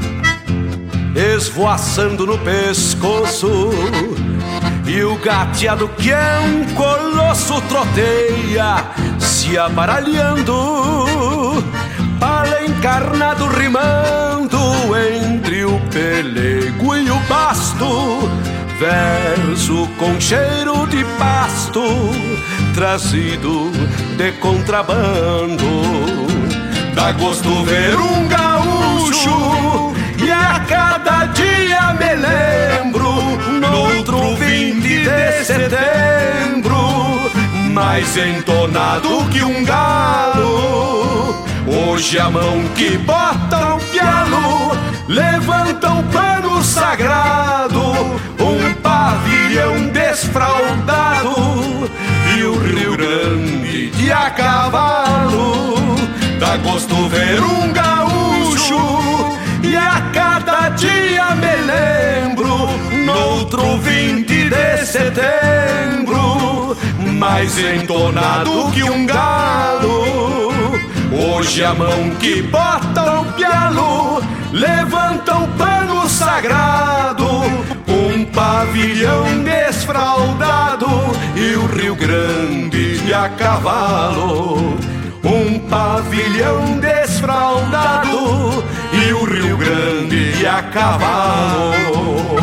esvoaçando no pescoço, e o gateado que é um colosso troteia se aparalhando, pala encarnado rimando entre o pelego e o pasto, verso com cheiro de pasto trazido de contrabando. Dá gosto ver um gaúcho, e a cada dia me lembro, noutro 20 de setembro, mais entonado que um galo. Hoje a mão que bota o pialo levanta o pano sagrado, um pavilhão desfraldado e o Rio Grande de a cavalo. Dá gosto ver um gaúcho, e a cada dia me lembro, noutro 20 de setembro, mais entonado que um galo. Hoje a mão que bota o pialo levanta o pano sagrado, um pavilhão desfraldado e o Rio Grande a cavalo. Um pavilhão desfraldado e o Rio Grande a cavalo.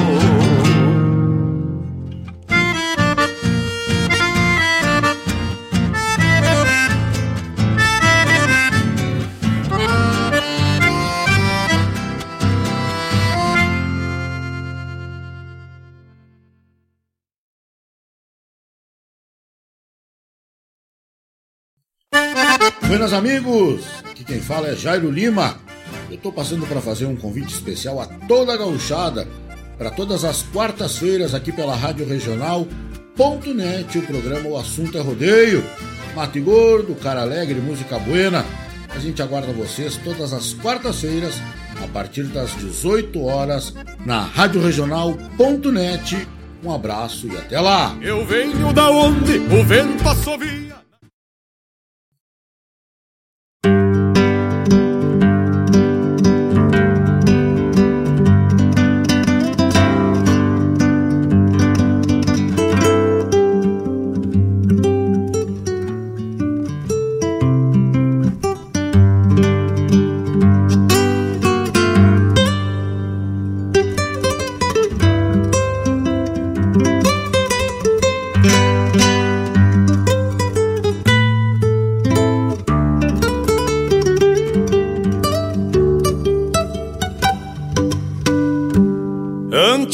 Buenas amigos, aqui quem fala é Jairo Lima. Eu tô passando para fazer um convite especial a toda a gauchada para todas as quartas-feiras aqui pela Rádio Regional.net, o programa O Assunto é Rodeio. Mate Gordo, Cara Alegre, Música Buena. A gente aguarda vocês todas as quartas-feiras a partir das 18 horas na Rádio Regional.net. Um abraço e até lá. Eu venho da onde o vento assovia.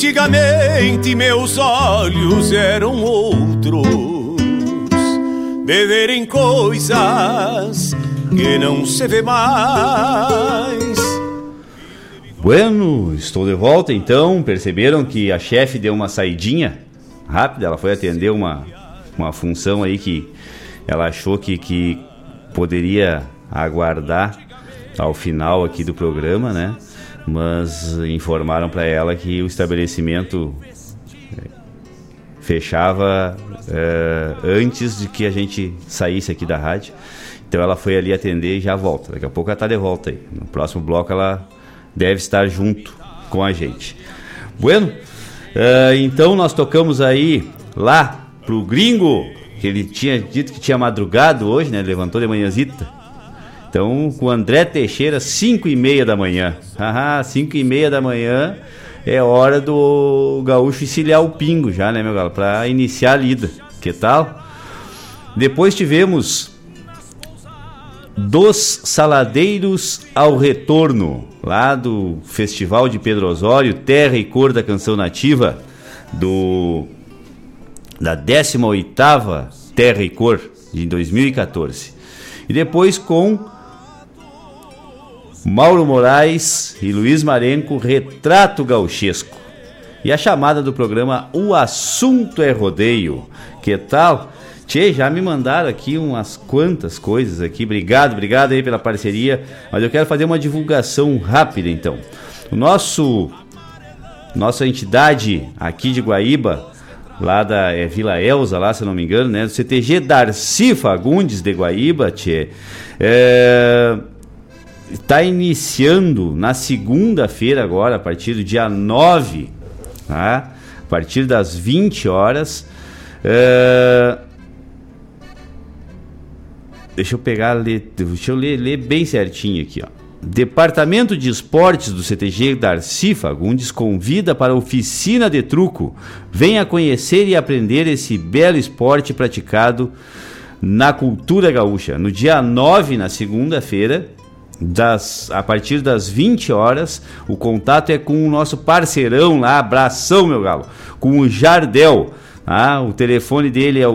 Antigamente meus olhos eram outros, de verem coisas que não se vê mais. Bueno, estou de volta então. Perceberam que a chefe deu uma saidinha rápida? Ela foi atender uma função aí que ela achou que poderia aguardar ao final aqui do programa, né? Mas informaram para ela que o estabelecimento fechava antes de que a gente saísse aqui da rádio. Então ela foi ali atender e já volta. Daqui a pouco ela está de volta aí. No próximo bloco ela deve estar junto com a gente. Bueno, então nós tocamos aí lá pro gringo, que ele tinha dito que tinha madrugado hoje, né? Levantou de manhãzita. Então, com o André Teixeira, 5h30 da manhã. 5h30 da manhã é hora do gaúcho encilhar o pingo já, né, meu galo? Pra iniciar a lida. Que tal? Depois tivemos Dos Saladeiros ao Retorno, lá do Festival de Pedro Osório, Terra e Cor da Canção Nativa, da 18ª Terra e Cor, de 2014. E depois com Mauro Moraes e Luiz Marenco, Retrato Gauchesco. E a chamada do programa O Assunto é Rodeio. Que tal? Tchê, já me mandaram aqui umas quantas coisas aqui. Obrigado aí pela parceria. Mas eu quero fazer uma divulgação rápida então. Nossa entidade aqui de Guaíba, lá da Vila Elza, lá, se eu não me engano, né? Do CTG Darcy Fagundes de Guaíba, tchê. Está iniciando na segunda-feira agora, a partir do dia 9, tá? A partir das 20 horas. Deixa eu ler bem certinho aqui, ó. Departamento de Esportes do CTG Darcy Fagundes convida para a oficina de truco. Venha conhecer e aprender esse belo esporte praticado na cultura gaúcha. No dia 9, na segunda-feira, a partir das 20 horas, o contato é com o nosso parceirão lá, abração, meu galo, com o Jardel. O telefone dele é o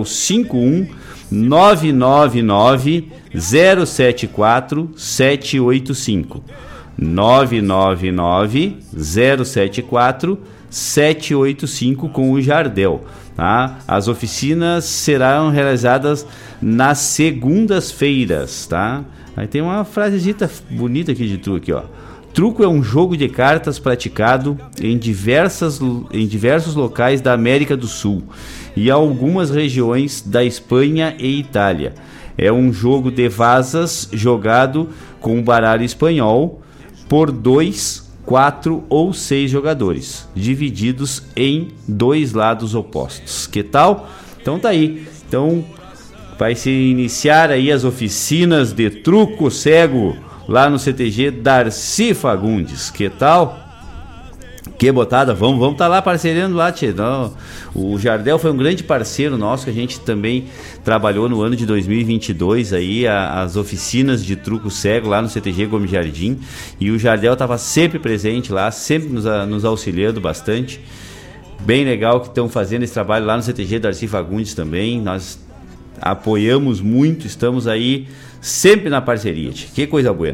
51999-074-785. 999-074-785 com o Jardel. Tá? As oficinas serão realizadas nas segundas-feiras, tá? Aí tem uma frasezita bonita aqui de truco, ó. Truco é um jogo de cartas praticado em diversos locais da América do Sul e algumas regiões da Espanha e Itália. É um jogo de vazas jogado com um baralho espanhol por 2, 4 ou 6 jogadores, divididos em 2 lados opostos. Que tal? Então tá aí. Então vai se iniciar aí as oficinas de truco cego lá no CTG Darcy Fagundes. Que tal? Que botada, vamos estar lá parceirando lá, tchê. Não, o Jardel foi um grande parceiro nosso, que a gente também trabalhou no ano de 2022 aí, as oficinas de truco cego lá no CTG Gomes Jardim, e o Jardel estava sempre presente lá, sempre nos auxiliando bastante. Bem legal que estão fazendo esse trabalho lá no CTG Darcy Fagundes também. Nós apoiamos muito, estamos aí sempre na parceria, tchê. Que coisa boa.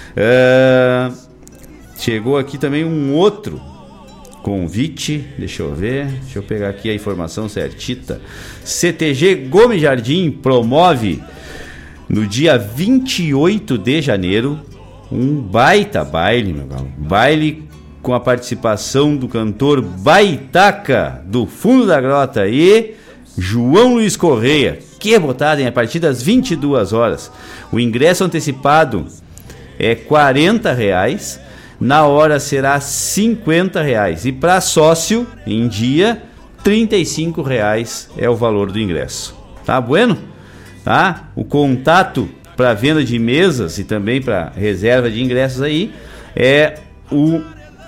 Chegou aqui também um outro convite, deixa eu pegar aqui a informação certita. CTG Gomes Jardim promove no dia 28 de janeiro um baita baile, meu galo. Baile com a participação do cantor Baitaca do Fundo da Grota e João Luiz Correia. Que botada, hein? A partir das 22 horas. O ingresso antecipado é R$40. Na hora será R$50 e para sócio em dia R$35 é o valor do ingresso. Tá bueno? Tá? O contato para venda de mesas e também para reserva de ingressos aí é o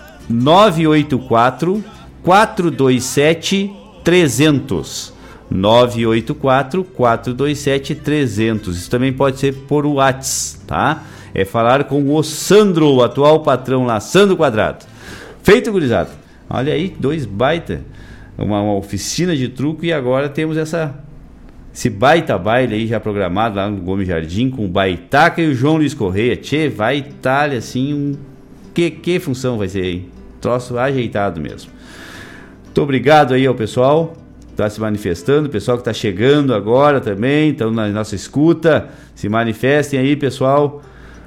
984 427 300. 984 427 300. Isso também pode ser por WhatsApp, tá? É falar com o Sandro, o atual patrão lá, Sandro Quadrado. Feito, gurizada. Olha aí, 2 baita. Uma oficina de truco, e agora temos esse baita baile aí já programado lá no Gomes Jardim com o Baitaca e o João Luiz Correia. Tchê, vai Itália assim, que função vai ser aí? Troço ajeitado mesmo. Muito obrigado aí ao pessoal que está se manifestando, o pessoal que está chegando agora também, estão na nossa escuta. Se manifestem aí, pessoal.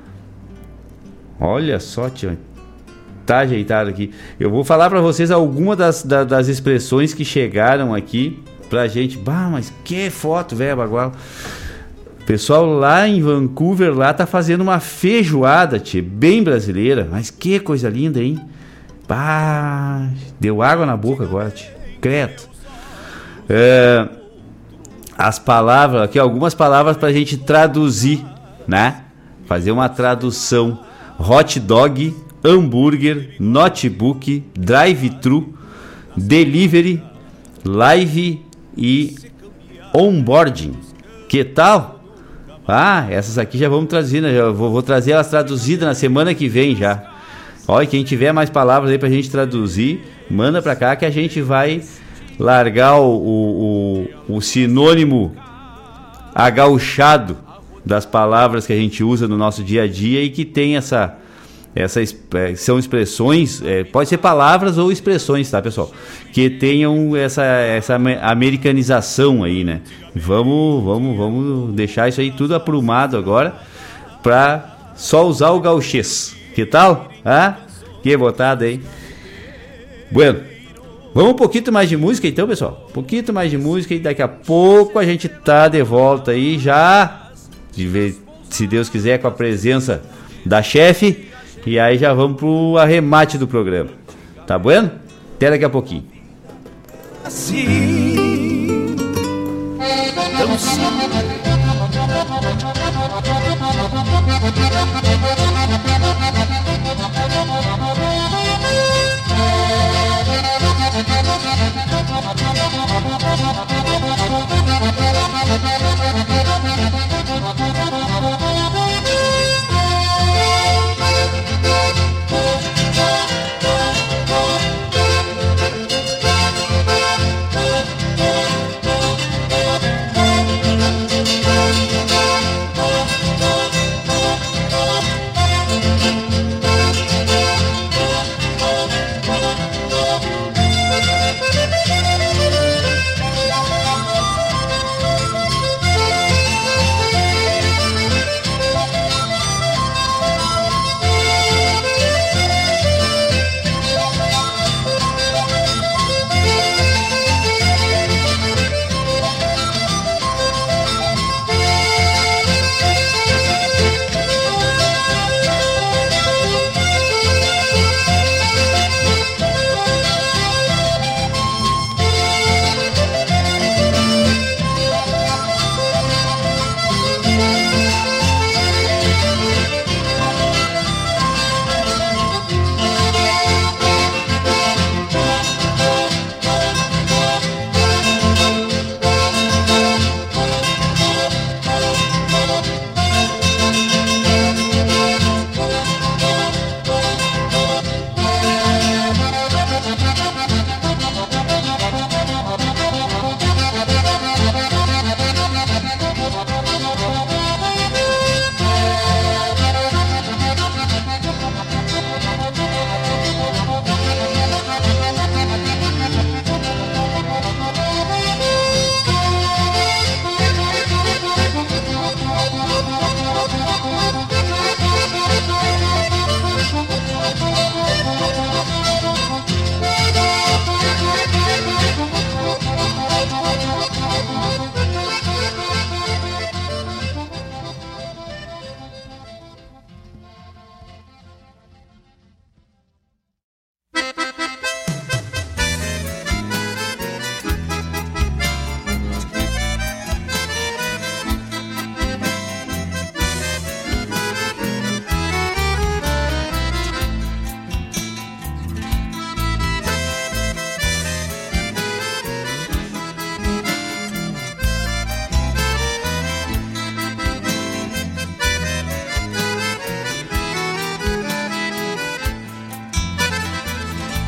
Olha só, tio, tá ajeitado aqui. Eu vou falar para vocês algumas das expressões que chegaram aqui pra gente. Bah, mas que foto, velho, bagual. O pessoal lá em Vancouver lá tá fazendo uma feijoada, tchê, bem brasileira. Mas que coisa linda, hein? Bah, deu água na boca agora, tchê. Credo. As palavras aqui, algumas palavras pra gente traduzir, né? Fazer uma tradução. Hot dog, hambúrguer, notebook, drive-thru, delivery, live e onboarding. Que tal? Ah, essas aqui já vamos trazer, né? Já vou trazer elas traduzidas na semana que vem já. Olha, quem tiver mais palavras aí pra gente traduzir, manda pra cá que a gente vai largar o sinônimo agauchado das palavras que a gente usa no nosso dia a dia e que tem são expressões, pode ser palavras ou expressões, tá, pessoal? Que tenham essa americanização aí, né? Vamos deixar isso aí tudo aprumado agora pra só usar o gauchês. Que tal? Ah, que botada, hein? Bueno, vamos um pouquinho mais de música então, pessoal? Um pouquinho mais de música e daqui a pouco a gente tá de volta aí já, se Deus quiser, com a presença da chefe. E aí já vamos pro arremate do programa. Tá bueno? Até daqui a pouquinho. Assim, tão simples.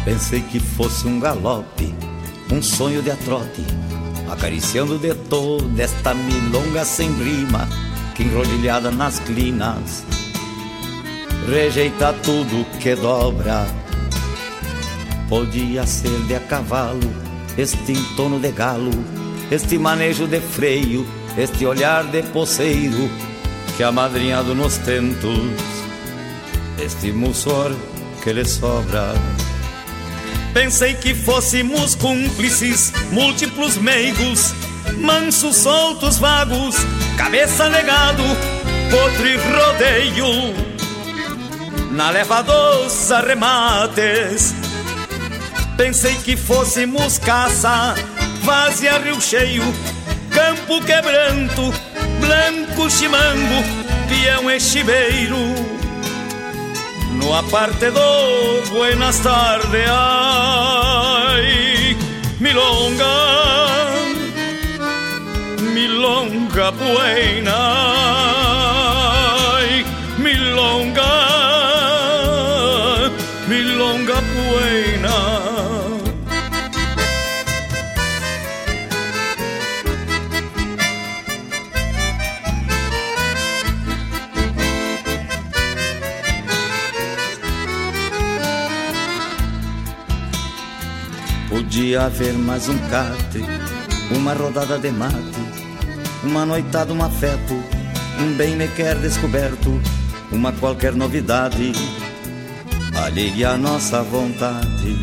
Pensei que fosse um galope, um sonho de atrote, acariciando de toda esta milonga sem rima, que enrodilhada nas clinas rejeita tudo que dobra. Podia ser de a cavalo, este entono de galo, este manejo de freio, este olhar de poceiro, que amadrinhado nos tentos, este mussor que lhe sobra. Pensei que fôssemos cúmplices, múltiplos meigos, mansos, soltos, vagos, cabeça legado, potro e rodeio, na leva dos arremates. Pensei que fôssemos caça, vazia, rio cheio, campo quebranto, blanco chimango, peão e chiveiro. No apartedor, buenas tardes, ai, milonga, milonga buena, ai, milonga, milonga buena. Podia haver mais um catre, uma rodada de mate, uma noitada, um afeto, um bem me quer descoberto, uma qualquer novidade, alheia à nossa vontade.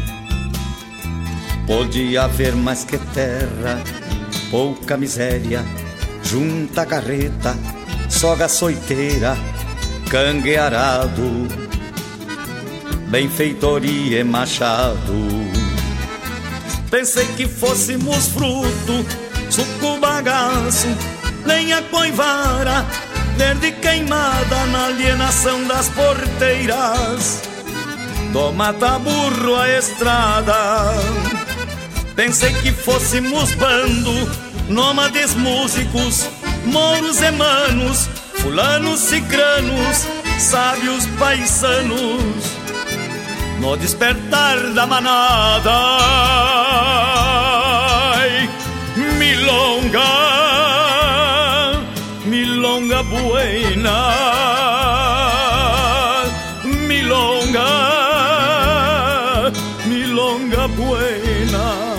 Podia haver mais que terra, pouca miséria, junta carreta, soga açoiteira, canguearado, benfeitoria e machado. Pensei que fôssemos fruto, suco, bagaço, lenha, coivara, verde queimada na alienação das porteiras, do mata-burro à estrada. Pensei que fôssemos bando, nômades músicos, mouros e manos, fulanos, cicranos, sábios paisanos, no despertar da manada. Ai, milonga, milonga buena, milonga, milonga buena.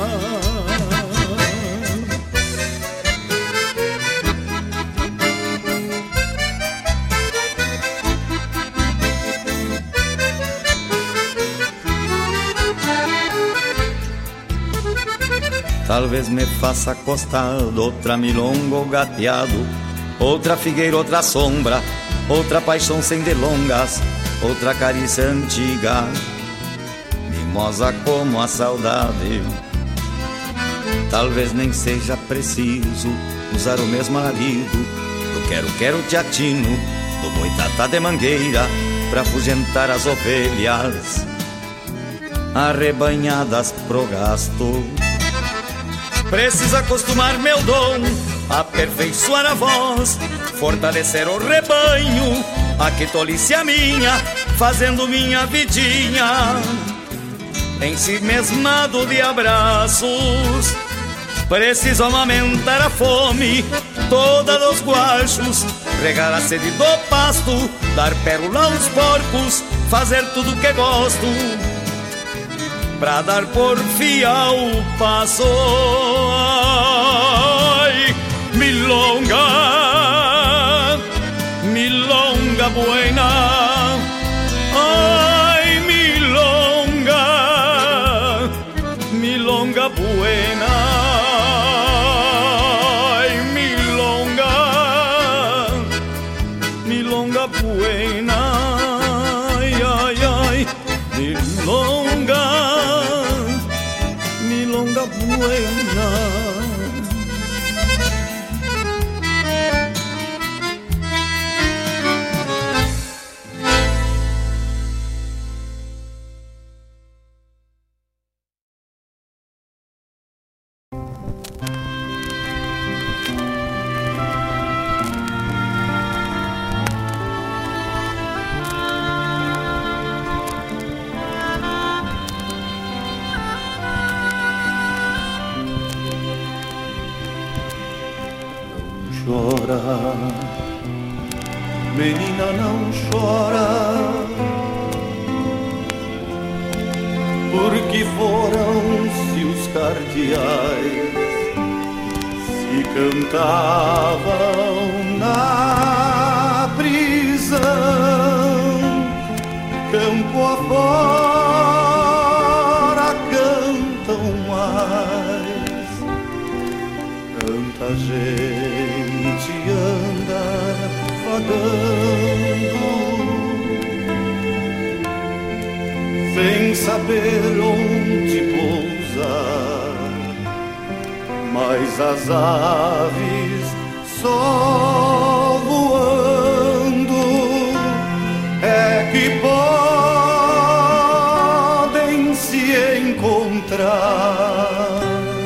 Talvez me faça acostado, outra milonga ou gateado, outra figueira, outra sombra, outra paixão sem delongas, outra carícia antiga, mimosa como a saudade. Talvez nem seja preciso usar o mesmo alarido do quero-quero teatino, do boitatá de mangueira, pra afugentar as ovelhas arrebanhadas pro gasto. Preciso acostumar meu dom, aperfeiçoar a voz, fortalecer o rebanho, a que tolice a minha, fazendo minha vidinha em si mesmado de abraços. Preciso amamentar a fome toda dos guachos, regar a sede do pasto, dar pérola aos porcos, fazer tudo que gosto, pra dar porfia ao passo. Ai, milonga, milonga buena. Ai, milonga, milonga buena. Ai, milonga, milonga buena. Ai, ai, ai, milonga, milonga buena. chora, menina, não chora, porque foram-se os cardeais, se cantavam na prisão, campo afora cantam mais, tanta gente anda vagando, sem saber onde pousar, mas as aves só voando é que podem se encontrar.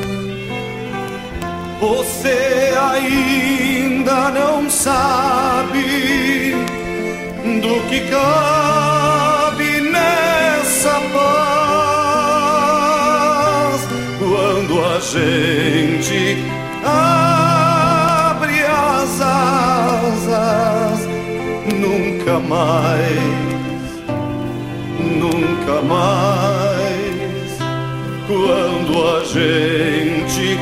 Você ainda não sabe do que cabe nessa paz, quando a gente abre as asas, nunca mais, nunca mais, quando a gente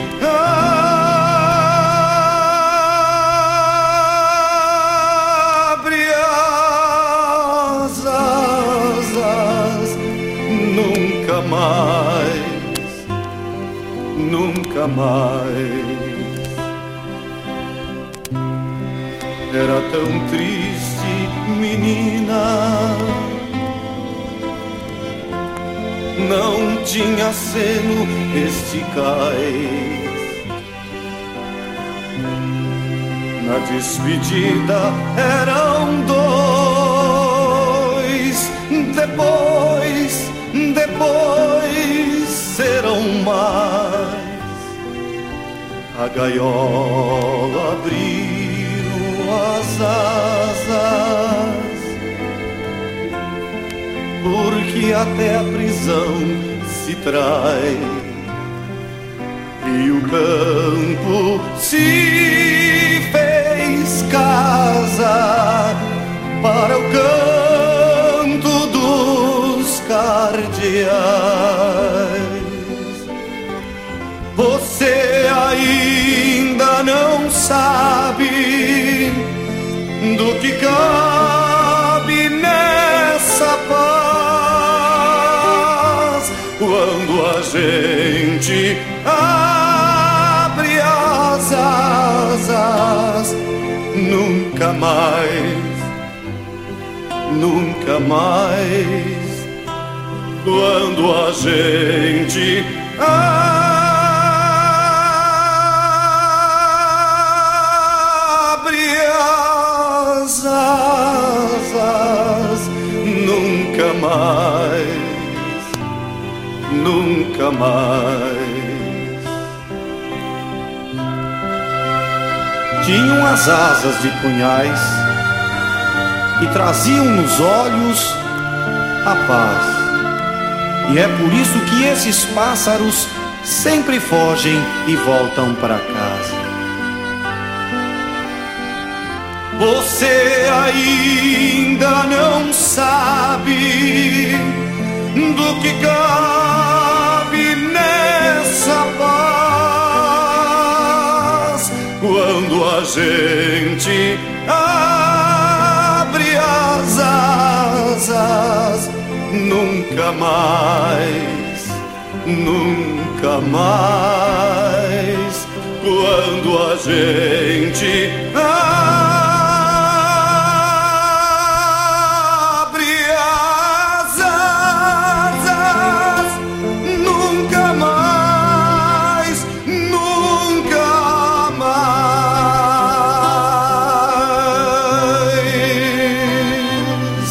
abre as asas, nunca mais, nunca mais. Era tão triste, menina, não tinha seno este cais. Na despedida eram dois, depois serão mais. A gaiola abriu as asas, porque até a prisão se traz, e o campo se fez casa para o canto dos cardeais. Você ainda não sabe do que cabe nessa paz, quando a gente abre as asas, nunca mais, nunca mais, quando a gente abre as asas, nunca mais, nunca mais. Tinham as asas de punhais e traziam nos olhos a paz. E é por isso que esses pássaros sempre fogem e voltam para casa. Você ainda não sabe do que cabe nessa paz, quando a gente abre as asas, nunca mais, nunca mais, quando a gente abre as asas, nunca mais, nunca mais.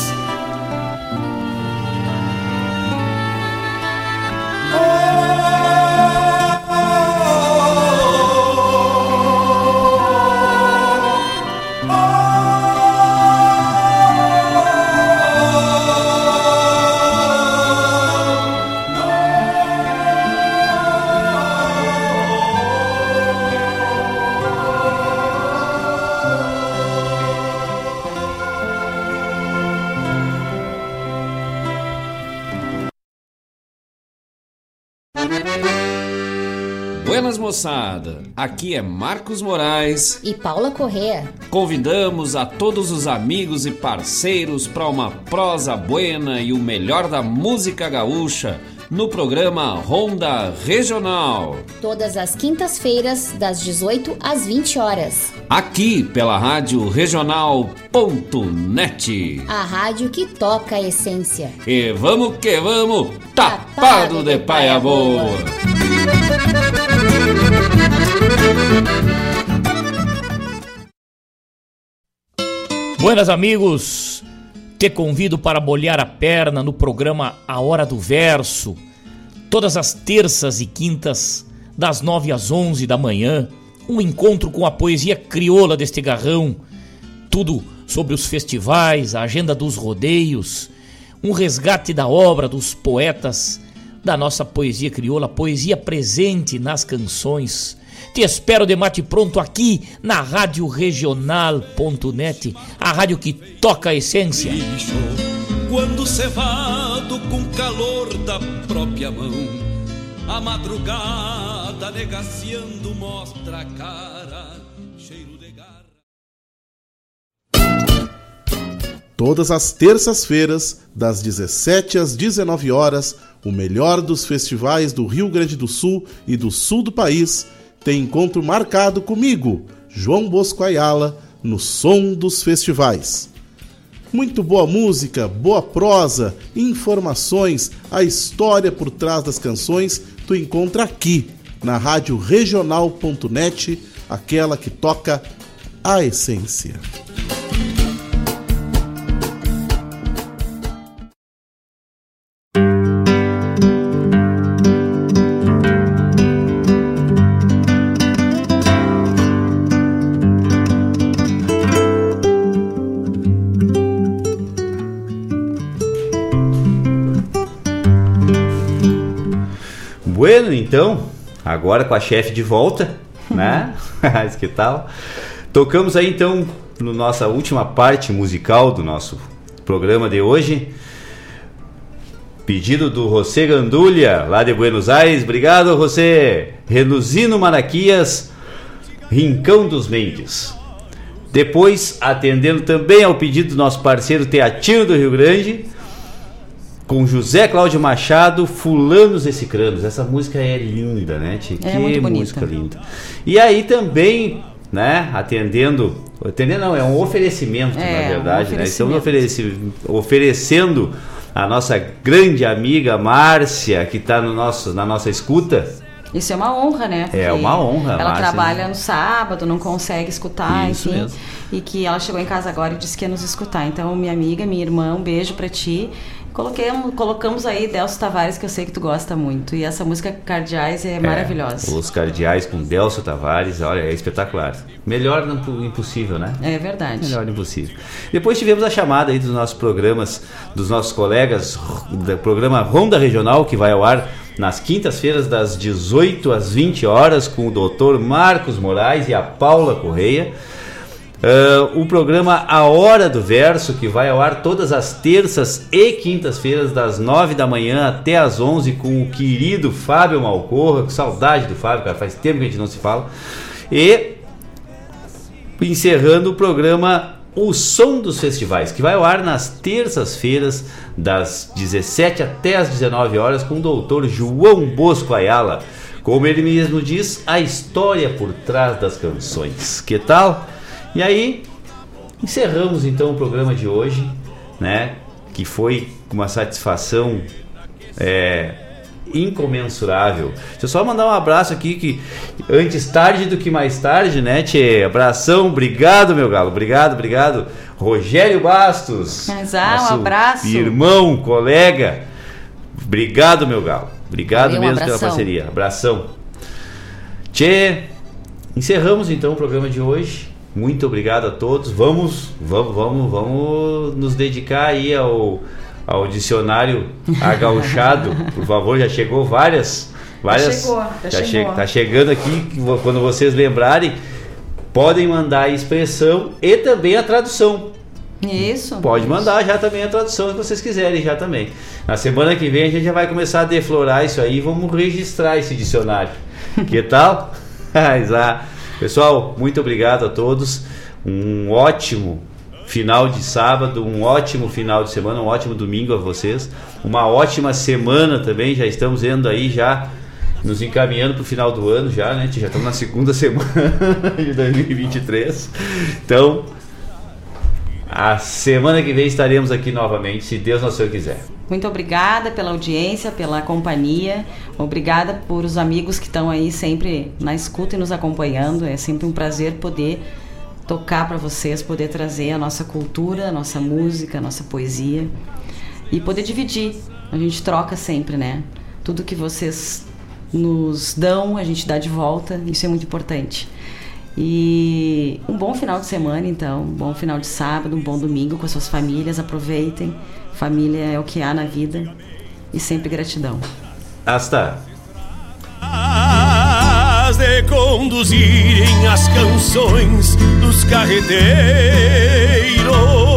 Buenas moçada, aqui é Marcos Moraes e Paula Correa. Convidamos a todos os amigos e parceiros para uma prosa buena e o melhor da música gaúcha no programa Ronda Regional. Todas as quintas-feiras, das 18 às 20 horas. Aqui pela Rádio Regional.net. A rádio que toca a essência. E vamos que vamos, tapado de paia boa. Buenas amigos, te convido para molhar a perna no programa A Hora do Verso, todas as terças e quintas, das 9 às 11 da manhã, um encontro com a poesia crioula deste garrão, tudo sobre os festivais, a agenda dos rodeios, um resgate da obra dos poetas da nossa poesia crioula, poesia presente nas canções. Te espero de mate pronto aqui na Rádio Regional.net, a rádio que toca a essência. Quando cevado com calor da própria mão, a madrugada negaciando mostra a cara, cheiro de garra. Todas as terças-feiras, das 17 às 19 horas, o melhor dos festivais do Rio Grande do Sul e do sul do país tem encontro marcado comigo, João Bosco Ayala, no Som dos Festivais. Muito boa música, boa prosa, informações, a história por trás das canções, tu encontra aqui, na Rádio Regional.net, aquela que toca a essência. Bueno, então, agora com a chefe de volta, né? Mas que tal? Tocamos aí então na nossa última parte musical do nosso programa de hoje. Pedido do José Gandulha, lá de Buenos Aires. Obrigado, José. Reluzino Maraquias, Rincão dos Mendes. Depois, atendendo também ao pedido do nosso parceiro Teatino do Rio Grande, com José Cláudio Machado, Fulanos e Cicranos. Essa música é linda, né, Tia? É muito bonita. Música linda. E aí também, né, atendendo não, é um oferecimento, na verdade, né? Estamos oferecendo a nossa grande amiga Márcia, que está na nossa escuta. Isso é uma honra, né? Porque é uma honra. Ela Márcia trabalha no sábado, não consegue escutar, isso enfim. Mesmo. E que ela chegou em casa agora e disse que ia nos escutar. Então, minha amiga, minha irmã, um beijo pra ti. Colocamos aí Delcio Tavares, que eu sei que tu gosta muito. E essa música Cardeais é maravilhosa. Os Cardeais com Delcio Tavares, olha, é espetacular. Melhor impossível, né? É verdade. Melhor impossível. Depois tivemos a chamada aí dos nossos programas, dos nossos colegas do programa Ronda Regional, que vai ao ar nas quintas-feiras das 18 às 20 horas com o Dr. Marcos Moraes e a Paula Correia. O programa A Hora do Verso, que vai ao ar todas as terças e quintas-feiras, das 9 da manhã até as 11, com o querido Fábio Malcorra. Que saudade do Fábio, cara, faz tempo que a gente não se fala. E encerrando o programa O Som dos Festivais, que vai ao ar nas terças-feiras, das 17 até as 19 horas, com o doutor João Bosco Ayala. Como ele mesmo diz, a história por trás das canções. Que tal? E aí, encerramos então o programa de hoje, né? Que foi uma satisfação incomensurável. Deixa eu só mandar um abraço aqui, que antes tarde do que mais tarde, né, Tchê? Abração, obrigado, meu galo, obrigado. Rogério Bastos, um abraço. Irmão, colega, obrigado, meu galo, obrigado. Valeu, mesmo pela parceria, abração. Tchê, encerramos então o programa de hoje. Muito obrigado a todos. Vamos nos dedicar aí ao dicionário agauchado. Por favor, já chegou várias. Já chegou. Tá chegando aqui. Quando vocês lembrarem, podem mandar a expressão e também a tradução. Isso. Pode mandar já também a tradução, se vocês quiserem já também. Na semana que vem a gente já vai começar a deflorar isso aí e vamos registrar esse dicionário. Que tal? Pessoal, muito obrigado a todos. Um ótimo final de sábado, um ótimo final de semana, um ótimo domingo a vocês. Uma ótima semana também, já estamos vendo aí já nos encaminhando para o final do ano já, né? Já estamos na segunda semana de 2023. Então, a semana que vem estaremos aqui novamente, se Deus não Senhor quiser. Muito obrigada pela audiência, pela companhia. Obrigada por os amigos que estão aí sempre na escuta e nos acompanhando. É sempre um prazer poder tocar para vocês, poder trazer a nossa cultura, a nossa música, a nossa poesia e poder dividir. A gente troca sempre, né? Tudo que vocês nos dão, a gente dá de volta. Isso é muito importante. E um bom final de semana, então, um bom final de sábado, um bom domingo com as suas famílias. Aproveitem. Família é o que há na vida. E sempre gratidão. Hasta. De conduzirem as canções dos carreteiros.